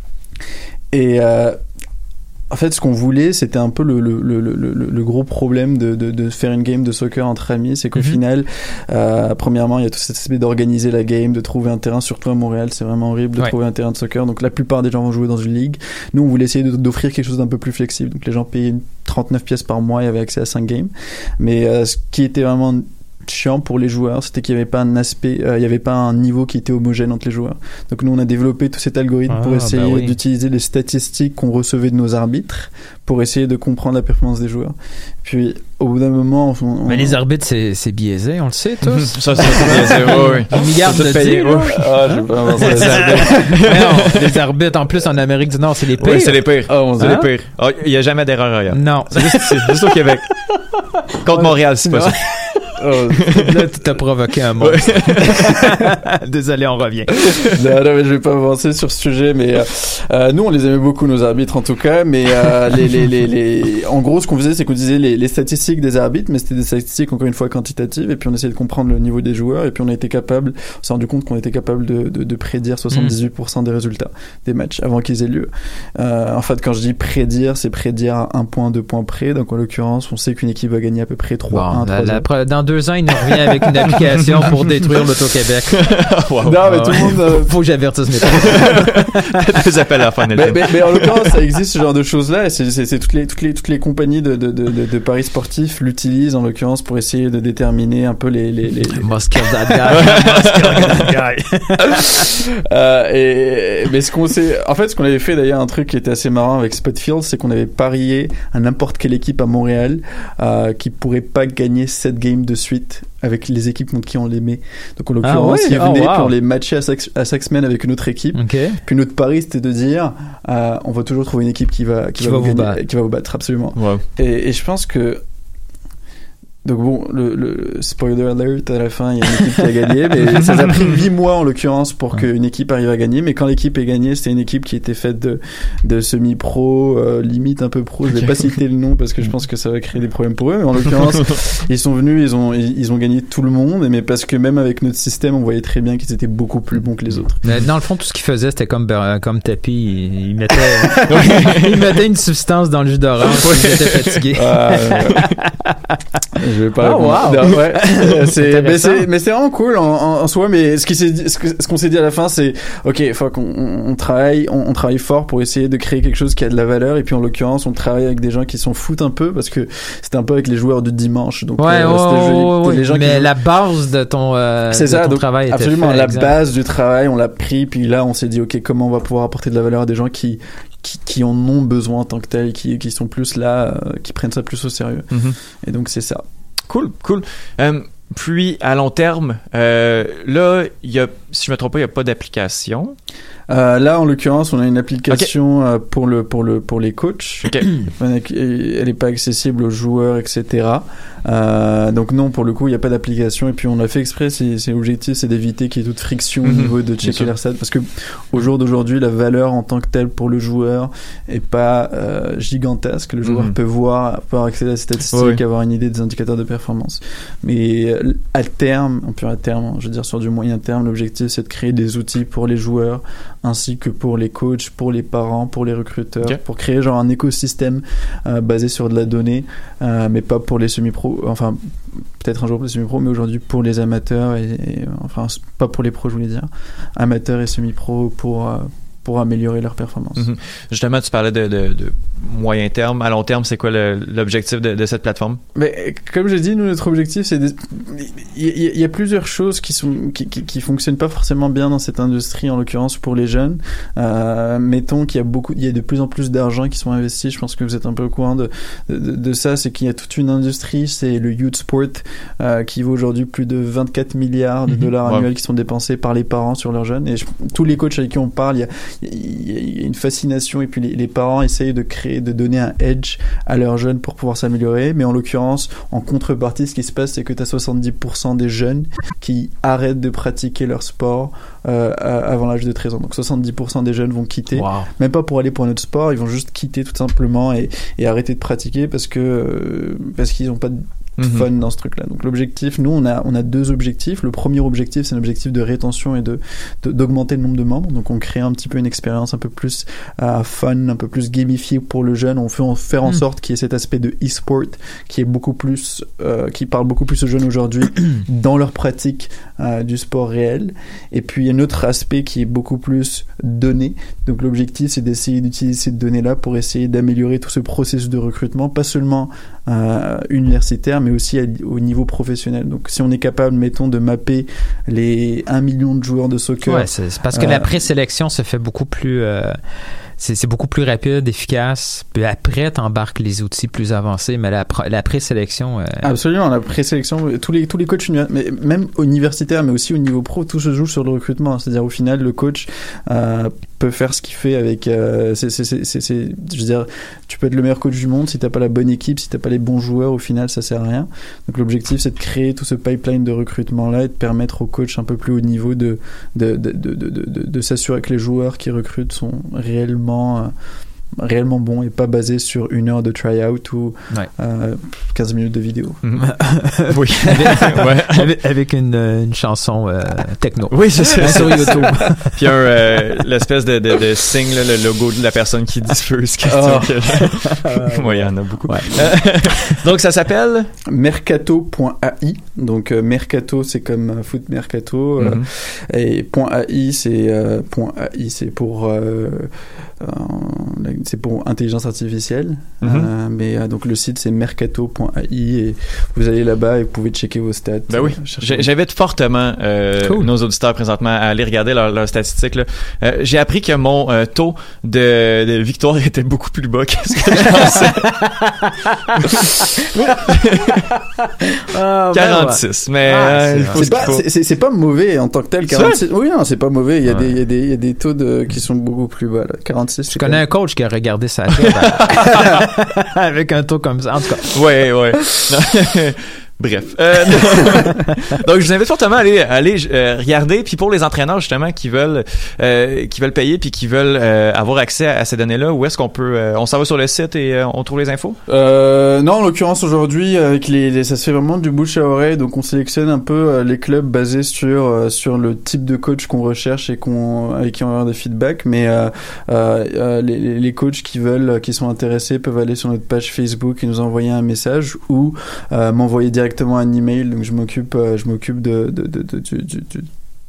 et euh, en fait, ce qu'on voulait, c'était un peu le, le, le, le, le gros problème de, de, de faire une game de soccer entre amis. C'est qu'au mm-hmm. final, euh, premièrement, il y a tout cet aspect d'organiser la game, de trouver un terrain, surtout à Montréal, c'est vraiment horrible de ouais. trouver un terrain de soccer. Donc la plupart des gens vont jouer dans une ligue. Nous, on voulait essayer de, d'offrir quelque chose d'un peu plus flexible. Donc les gens payaient trente-neuf pièces par mois et avaient accès à cinq games. Mais euh, ce qui était vraiment chiant pour les joueurs, c'était qu'il n'y avait pas un aspect, euh, il n'y avait pas un niveau qui était homogène entre les joueurs. Donc nous on a développé tout cet algorithme ah, pour essayer bah oui. d'utiliser les statistiques qu'on recevait de nos arbitres pour essayer de comprendre la performance des joueurs. Puis au bout d'un moment, on, on... mais les arbitres c'est, c'est biaisé, on le sait tous. ça c'est biaisé, oui. Un milliard de payé. Ah, je vais pas avancer les arbitres. Les arbitres en plus en Amérique du Nord, c'est les pires. Oui, c'est les pires. Oh, on c'est hein? les pires. Il oh, y a jamais d'erreur ailleurs. Non, c'est juste, c'est juste au Québec. Contre Montréal, c'est pas ça. Oh, là, tu t'as provoqué un monstre. Désolé, on revient. Non, non, mais je vais pas avancer sur ce sujet, mais euh, euh, nous, on les aimait beaucoup, nos arbitres, en tout cas, mais euh, les, les, les, les... en gros, ce qu'on faisait, c'est qu'on disait les, les statistiques des arbitres, mais c'était des statistiques, encore une fois, quantitatives, et puis on essayait de comprendre le niveau des joueurs, et puis on a été capable, on s'est rendu compte qu'on était capable de, de, de prédire soixante-dix-huit pour cent des résultats des matchs avant qu'ils aient lieu. Euh, en fait, quand je dis prédire, c'est prédire à un point, deux points près, donc en l'occurrence, on sait qu'une équipe va gagner à peu près trois un, bon, la, la, dans deux ans, il nous revient avec une application pour détruire l'Auto-Québec. Wow. Non, mais tout le monde... Euh... Faut que j'avertisse mes parents. Des appels à la fin de mais, mais, mais en l'occurrence, ça existe ce genre de choses-là, et c'est, c'est, c'est toutes les, toutes les, toutes les compagnies de, de, de, de, de paris sportifs l'utilisent, en l'occurrence, pour essayer de déterminer un peu les... les, les... Must kill that guy. Must kill that guy. euh, et, mais ce qu'on sait... En fait, ce qu'on avait fait, d'ailleurs, un truc qui était assez marrant avec Spotfield, c'est qu'on avait parié à n'importe quelle équipe à Montréal euh, qui pourrait pas gagner sept games de suite avec les équipes contre qui on les met. Donc en l'occurrence, ah ouais, ils venaient oh, wow. puis on les matchait à chaque, à chaque semaine avec une autre équipe. Okay. Puis notre pari, c'était de dire euh, on va toujours trouver une équipe qui va qui, qui va, va vous, vous gagner, battre. qui va vous battre absolument. Wow. Et, et je pense que donc bon, le, le spoiler alert à la fin, il y a une équipe qui a gagné, mais ça a pris huit mois en l'occurrence pour qu'une équipe arrive à gagner. Mais quand l'équipe est gagnée, c'était une équipe qui était faite de, de semi-pro, euh, limite un peu pro. Je vais pas citer le nom parce que je pense que ça va créer des problèmes pour eux. Mais en l'occurrence, ils sont venus, ils ont ils, ils ont gagné tout le monde. Mais parce que même avec notre système, on voyait très bien qu'ils étaient beaucoup plus bons que les autres. Mais dans le fond, tout ce qu'ils faisaient, c'était comme comme tapis. Ils, ils mettaient ils mettaient une substance dans le jus d'orange. Ils étaient fatigués. Ah, euh, je vais pas. Oh, wow. Non, ouais. c'est, mais c'est, mais c'est vraiment cool en, en, en soi. Mais ce qui s'est dit, ce, que, ce qu'on s'est dit à la fin, c'est, ok, faut qu'on on travaille, on, on travaille fort pour essayer de créer quelque chose qui a de la valeur. Et puis en l'occurrence, on travaille avec des gens qui s'en foutent un peu parce que c'était un peu avec les joueurs de dimanche. Donc, ouais, euh, oh, c'était oh, jeux, les gens mais qui... la base de ton, euh, c'est de ça, ton donc, travail était absolument fait, la exact. base du travail, on l'a pris. Puis là, on s'est dit, ok, comment on va pouvoir apporter de la valeur à des gens qui Qui, qui en ont besoin en tant que tels, qui, qui sont plus là, euh, qui prennent ça plus au sérieux. Mm-hmm. Et donc c'est ça. Cool, cool. Euh, puis à long terme, euh, là, il y a, si je me trompe pas, il y a pas d'application. Euh, là, en l'occurrence, on a une application okay. euh, pour le pour le pour les coachs. Okay. Elle est pas accessible aux joueurs, et cetera. Euh, donc non, pour le coup, il y a pas d'application. Et puis on a fait exprès. C'est, c'est l'objectif, c'est d'éviter qu'il y ait toute friction mm-hmm. au niveau de checker les stats, parce que au jour d'aujourd'hui, la valeur en tant que telle pour le joueur est pas euh, gigantesque. Le joueur mm-hmm. peut voir, peut avoir accès à la statistique, oui. avoir une idée des indicateurs de performance. Mais euh, à terme, en plus à terme, je veux dire sur du moyen terme, l'objectif c'est de créer des outils pour les joueurs ainsi que pour les coachs, pour les parents, pour les recruteurs, okay. pour créer genre un écosystème euh, basé sur de la donnée, euh, mais pas pour les semi-pros, enfin peut-être un jour pour les semi-pros, mais aujourd'hui pour les amateurs et, et enfin pas pour les pros, je voulais dire, amateurs et semi-pros pour euh, pour améliorer leur performance. Mm-hmm. Justement, tu parlais de, de, de moyen terme. À long terme, c'est quoi le, l'objectif de, de cette plateforme? Mais comme j'ai dit, nous, notre objectif, c'est... Des... Il, y a, il y a plusieurs choses qui sont qui, qui, qui fonctionnent pas forcément bien dans cette industrie, en l'occurrence pour les jeunes. Euh, mettons qu'il y a beaucoup, il y a de plus en plus d'argent qui sont investis. Je pense que vous êtes un peu au courant de, de, de ça. C'est qu'il y a toute une industrie, c'est le youth sport, euh, qui vaut aujourd'hui plus de vingt-quatre milliards de dollars mm-hmm. annuels wow. qui sont dépensés par les parents sur leurs jeunes. Et je, tous les coachs avec qui on parle, il y a il y a une fascination et puis les, les parents essayent de créer, de donner un edge à leurs jeunes pour pouvoir s'améliorer, mais en l'occurrence, en contrepartie, ce qui se passe, c'est que tu as soixante-dix pour cent des jeunes qui arrêtent de pratiquer leur sport euh, avant l'âge de treize ans. Donc soixante-dix pour cent des jeunes vont quitter, wow. même pas pour aller pour un autre sport, ils vont juste quitter tout simplement et, et arrêter de pratiquer parce que euh, parce qu'ils n'ont pas de fun mm-hmm. dans ce truc-là. Donc l'objectif, nous on a on a deux objectifs. Le premier objectif, c'est un objectif de rétention et de, de d'augmenter le nombre de membres. Donc on crée un petit peu une expérience un peu plus uh, fun, un peu plus gamifiée pour le jeune. On fait on faire en mm. sorte qu'il y ait cet aspect de e-sport qui est beaucoup plus euh, qui parle beaucoup plus aux jeunes aujourd'hui dans leur pratique euh, du sport réel. Et puis il y a un autre aspect qui est beaucoup plus donné. Donc l'objectif, c'est d'essayer d'utiliser ces données-là pour essayer d'améliorer tout ce processus de recrutement, pas seulement euh, universitaire, mais aussi à, au niveau professionnel. Donc si on est capable, mettons, de mapper les un million de joueurs de soccer... Ouais, c'est, c'est parce que euh, la présélection se fait beaucoup plus... Euh, c'est, c'est beaucoup plus rapide, efficace. Puis après, t'embarques les outils plus avancés, mais la, la présélection... Euh... Absolument, la présélection, tous les, tous les coachs, mais même universitaires, mais aussi au niveau pro, tout se joue sur le recrutement. C'est-à-dire, au final, le coach... Euh, peut faire ce qu'il fait avec. Euh, c'est, c'est, c'est, c'est, c'est, je veux dire, tu peux être le meilleur coach du monde si t'as pas la bonne équipe, si t'as pas les bons joueurs, au final, ça sert à rien. Donc l'objectif, c'est de créer tout ce pipeline de recrutement là et de permettre aux coachs un peu plus haut niveau de de de de de, de, de, de s'assurer que les joueurs qui recrutent sont réellement euh, réellement bon et pas basé sur une heure de try-out ou ouais. euh, quinze minutes de vidéo. Oui. avec, ouais. avec, avec une, une chanson euh, techno. Oui, c'est ça. Sur YouTube. Puis un, euh, l'espèce de, de, de signe, là, le logo de la personne qui diffuse. Oh. Oui, il y en a beaucoup. Ouais. Donc, ça s'appelle mercato point a i. Donc, euh, Mercato, c'est comme euh, foot mercato. Mm-hmm. Euh, et .ai, c'est, euh, .ai, c'est pour... Euh, euh, c'est pour intelligence artificielle, mm-hmm. euh, mais euh, donc le site c'est mercato point a i et vous allez là-bas et vous pouvez checker vos stats. Ben oui, euh, j'invite fortement euh, cool. nos auditeurs présentement à aller regarder leurs leur statistiques. Là. Euh, j'ai appris que mon euh, taux de, de victoire était beaucoup plus bas que ce que je pensais. oh, quarante-six, ben, mais ah, euh, c'est, c'est, pas, c'est, c'est, c'est pas mauvais en tant que tel. quarante-six, oui, non, c'est pas mauvais. Il y a ouais. des, il y a des, il y a des taux de qui sont beaucoup plus bas. Là. quarante-six. Je connais un coach qui a regardé sa job avec un taux comme ça. En tout cas. Ouais, ouais. Bref. Euh, donc, je vous invite fortement à aller, à aller euh, regarder. Puis pour les entraîneurs, justement, qui veulent euh, qui veulent payer puis qui veulent euh, avoir accès à, à ces données-là, où est-ce qu'on peut... Euh, on s'en va sur le site et euh, on trouve les infos? Euh, non, en l'occurrence, aujourd'hui, avec les, les, ça se fait vraiment du bouche à oreille. Donc, on sélectionne un peu euh, les clubs basés sur euh, sur le type de coach qu'on recherche et qu'on avec qui on va avoir des feedbacks. Mais euh, euh, les, les coachs qui veulent, qui sont intéressés, peuvent aller sur notre page Facebook et nous envoyer un message ou euh, m'envoyer directement un email. Donc je m'occupe euh, je m'occupe de, de, de, de du, du, du,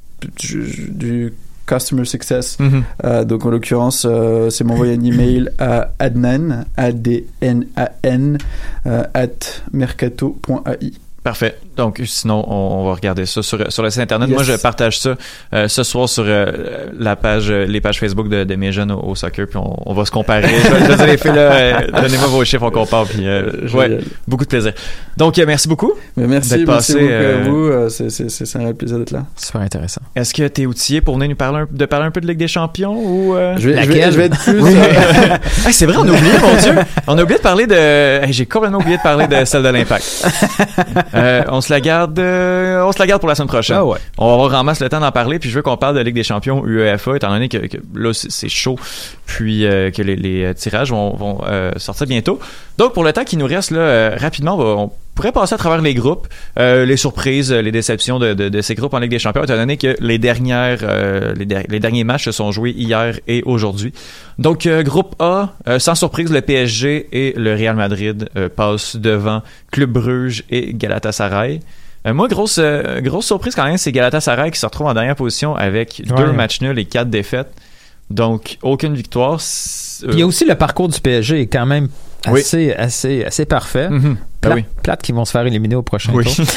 du, du customer success. Mm-hmm. Euh, donc en l'occurrence euh, c'est m'envoyer un email à Adnan A D N A N euh, at mercato point a i. Parfait. Donc, sinon, on, on va regarder ça sur, sur le site Internet. Yes. Moi, je partage ça euh, ce soir sur euh, la page, les pages Facebook de, de mes jeunes au, au soccer, puis on, on va se comparer. je vais dire les filles, là, euh, donnez-moi vos chiffres, on compare, puis euh, ouais, beaucoup de plaisir. Donc, euh, merci beaucoup. Mais merci, d'être merci passé, beaucoup euh, à vous. Euh, c'est, c'est, c'est, c'est un réel plaisir d'être là. Super intéressant. Est-ce que t'es outillé pour venir nous parler un, de parler un peu de Ligue des Champions ou euh... je, vais, je, vais, je vais être plus... Oui. euh... hey, c'est vrai, on a oublié, mon Dieu. On a oublié de parler de... Hey, j'ai complètement oublié de parler de celle de l'Impact. euh, on se la garde... Euh, on se la garde pour la semaine prochaine. Ah ouais. On va avoir ramasse le temps d'en parler, puis je veux qu'on parle de Ligue des Champions U E F A, étant donné que, que là, c'est, c'est chaud, puis euh, que les, les tirages vont, vont euh, sortir bientôt. Donc, pour le temps qui nous reste, là, euh, rapidement, on, va, on pourrait passer à travers les groupes, euh, les surprises, les déceptions de, de, de ces groupes en Ligue des Champions, étant donné que les dernières, euh, les, der- les derniers matchs se sont joués hier et aujourd'hui. Donc, euh, groupe A, euh, sans surprise, le P S G et le Real Madrid euh, passent devant Club Bruges et Galatasaray. Euh, moi, grosse euh, grosse surprise quand même, c'est Galatasaray qui se retrouve en dernière position avec ouais. deux matchs nuls et quatre défaites. Donc, aucune victoire. Euh... Il y a aussi le parcours du P S G est quand même assez, oui. assez, assez parfait. Mm-hmm. Plate, ah oui. plate qui vont se faire éliminer au prochain oui. tour.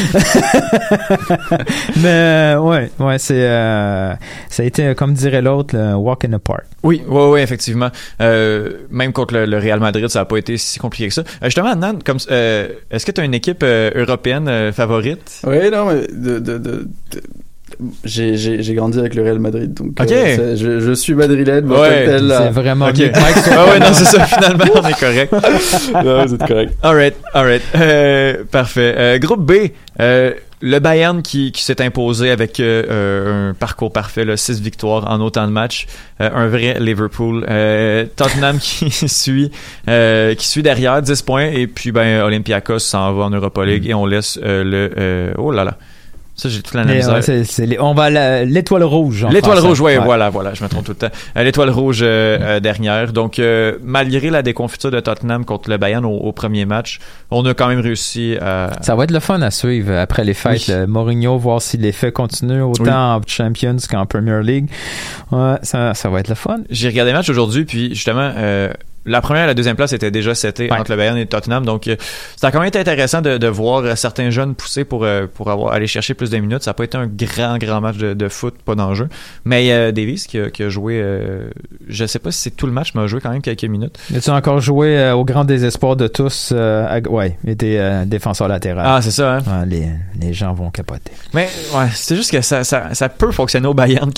Mais ouais, ouais, c'est euh, ça a été, comme dirait l'autre, le walk in the park. Oui, oui, oui, effectivement. Euh, même contre le, le Real Madrid, ça n'a pas été si compliqué que ça. Euh, justement, Adnan, comme, euh, est-ce que tu as une équipe euh, européenne euh, favorite? Oui, non, mais de, de, de, de... J'ai, j'ai, j'ai grandi avec le Real Madrid, donc okay. euh, je, je suis madrilène. Ouais, tel, c'est vraiment okay. Ah ouais, non, c'est ça, finalement, on est correct. Non, vous êtes correct. Alright, alright. Euh, parfait. Euh, groupe B, euh, le Bayern qui, qui s'est imposé avec euh, un parcours parfait, là, six victoires en autant de matchs, euh, un vrai Liverpool. Euh, Tottenham qui suit euh, qui suit derrière, dix points, et puis ben Olympiakos s'en va en Europa League mm. et on laisse euh, le... Euh, oh là là. Ça, j'ai toute la misère. Ouais, c'est, c'est les, on va à la, l'étoile rouge. L'étoile rouge, ouais, ouais, voilà, voilà, je me trompe tout le temps. Euh, l'étoile rouge euh, euh, dernière. Donc, euh, malgré la déconfiture de Tottenham contre le Bayern au, au premier match, on a quand même réussi à... Ça va être le fun à suivre après les fêtes. Oui. Le Mourinho, voir si l'effet continue autant oui. en Champions qu'en Premier League. Ouais, ça, ça va être le fun. J'ai regardé le match aujourd'hui, puis justement... Euh, la première et la deuxième place étaient déjà setées ouais. entre le Bayern et le Tottenham, donc euh, ça a quand même été intéressant de, de voir certains jeunes pousser pour euh, pour avoir aller chercher plus de minutes. Ça n'a pas été un grand grand match de, de foot, pas d'enjeu. Mais euh, Davies qui a, qui a joué, euh, je sais pas si c'est tout le match, mais a joué quand même quelques minutes. As-tu encore joué euh, au grand désespoir de tous euh, à, ouais, il était euh, défenseur latéral. Ah c'est ça. Hein? Ouais, les les gens vont capoter. Mais ouais, c'est juste que ça ça ça peut fonctionner au Bayern quand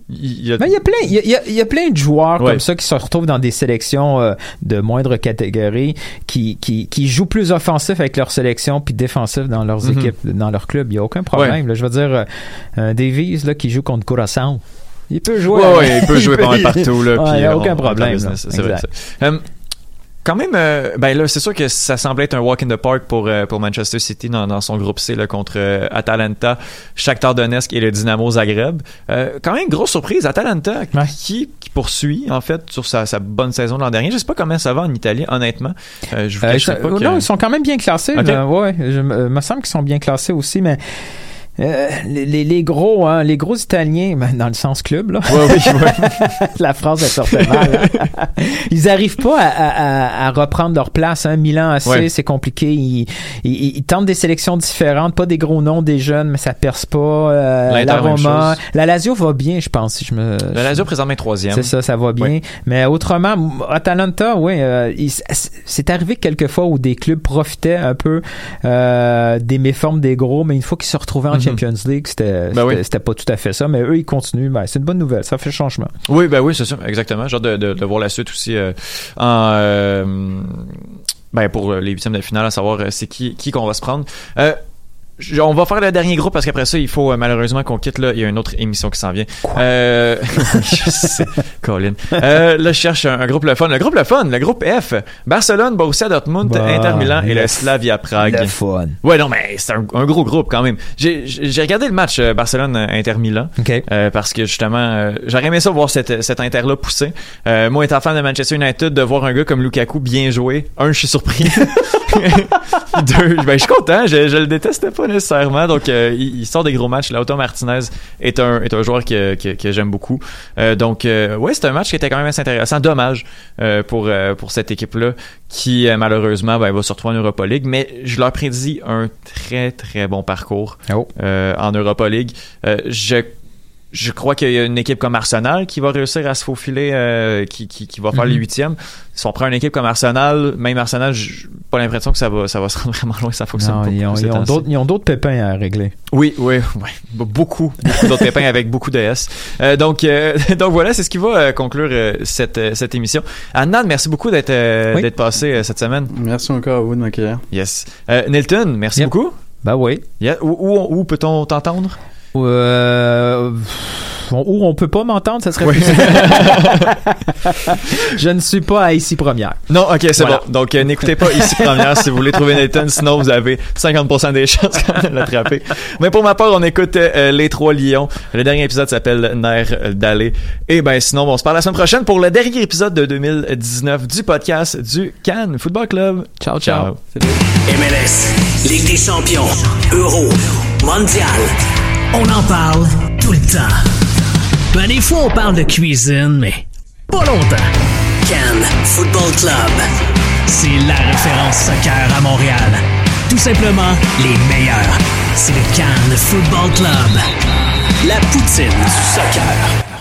il y a... Mais il y a plein, il y a, il y a plein de joueurs ouais. comme ça qui se retrouvent dans des sélections euh, de moindre catégorie, qui, qui, qui jouent plus offensif avec leur sélection puis défensif dans leurs mm-hmm. équipes, dans leur club. Il y a aucun problème. Ouais. Là, je veux dire, euh, Davies là qui joue contre Curaçao, il peut jouer. Ouais, ouais, il peut jouer pas mal partout là. Il n'y a aucun on, problème. On c'est vrai ça. Um, Quand même, euh, ben là, c'est sûr que ça semblait être un walk in the park pour euh, pour Manchester City dans, dans son groupe C là, contre euh, Atalanta, Shakhtar Donetsk et le Dynamo Zagreb. Euh, quand même, grosse surprise, Atalanta ouais. qui, qui poursuit en fait sur sa, sa bonne saison de l'an dernier. Je sais pas comment ça va en Italie, honnêtement. Euh, je vous euh, pas que... Non, ils sont quand même bien classés. Okay. Là, ouais, je, euh, me semble qu'ils sont bien classés aussi, mais. Euh, les, les, les gros, hein, les gros Italiens, ben, dans le sens club, là. Ouais, oui, ouais. La phrase est sortait mal. Hein. Ils arrivent pas à, à, à reprendre leur place, hein. Milan A C, ouais. c'est compliqué. Ils, ils, ils tentent des sélections différentes, pas des gros noms des jeunes, mais ça perce pas. Euh, la Roma. La Lazio va bien, je pense, si je me. La Lazio présentement troisième. C'est ça, ça va bien. Ouais. Mais autrement, Atalanta, oui, euh, il, c'est arrivé quelquefois où des clubs profitaient un peu euh, des méformes des gros, mais une fois qu'ils se retrouvaient en Champions League, c'était, ben c'était, oui. c'était pas tout à fait ça, mais eux, ils continuent. Ben, c'est une bonne nouvelle, ça fait changement. Oui, ben oui, c'est ça, exactement. J'ai hâte de, de, de voir la suite aussi euh, en, euh, ben pour les huitièmes de finale, à savoir euh, c'est qui, qui qu'on va se prendre. Euh, On va faire le dernier groupe parce qu'après ça, il faut euh, malheureusement qu'on quitte. Là, il y a une autre émission qui s'en vient. Euh, je sais, Colin. Euh, là, je cherche un, un groupe le fun. Le groupe le fun, le groupe F. Barcelone, Borussia Dortmund, bah, Inter Milan et le Slavia Prague. Le fun. Ouais, non, mais c'est un, un gros groupe quand même. J'ai, j'ai regardé le match euh, Barcelone-Inter Milan okay. euh, parce que justement, euh, j'aurais aimé ça voir cette, cet Inter-là pousser. Euh, moi, étant fan de Manchester United, de voir un gars comme Lukaku bien jouer. Un, je suis surpris. Deux, ben, je suis content. Je, je le déteste pas nécessairement. Donc, euh, il, il sort des gros matchs. Lautaro Martinez est un, est un joueur que, que, que j'aime beaucoup. Euh, donc, euh, ouais, c'est un match qui était quand même assez intéressant. Dommage euh, pour, euh, pour cette équipe-là qui, euh, malheureusement, ben, va se retrouver en Europa League. Mais je leur prédis un très, très bon parcours oh. euh, en Europa League. Euh, je Je crois qu'il y a une équipe comme Arsenal qui va réussir à se faufiler, euh, qui, qui, qui va faire mm-hmm. les huitièmes. Si on prend une équipe comme Arsenal, même Arsenal, j'ai pas l'impression que ça va, ça va se rendre vraiment loin, ça fonctionne non, pas. Ils ont, ils, ont d'autres, ils ont d'autres pépins à régler. Oui, oui, oui. Beaucoup, beaucoup d'autres pépins avec beaucoup de S. Euh, donc, euh, donc voilà, c'est ce qui va euh, conclure euh, cette, euh, cette émission. Annan, merci beaucoup d'être, euh, oui. d'être passé euh, cette semaine. Merci encore à vous de m'accueillir. Yes. Euh, Nilton, merci yep. beaucoup. Ben oui. Yeah. Où, où, où peut-on t'entendre? Euh, où on peut pas m'entendre, ça serait oui. plus Je ne suis pas à Ici Première. Non, ok, c'est voilà. bon. Donc, euh, n'écoutez pas Ici Première si vous voulez trouver Nathan, sinon vous avez cinquante pour cent des chances de l'attraper. Mais pour ma part, on écoute euh, Les Trois Lions. Le dernier épisode s'appelle Nerf d'aller. Et ben sinon, on se parle la semaine prochaine pour le dernier épisode de deux mille dix-neuf du podcast du Cannes Football Club. Ciao, ciao. ciao. M L S, Ligue des Champions, Euro, Mondial. On en parle tout le temps. Ben, des fois, on parle de cuisine, mais pas longtemps. Cannes Football Club. C'est la référence soccer à Montréal. Tout simplement, les meilleurs. C'est le Cannes Football Club. La poutine du soccer.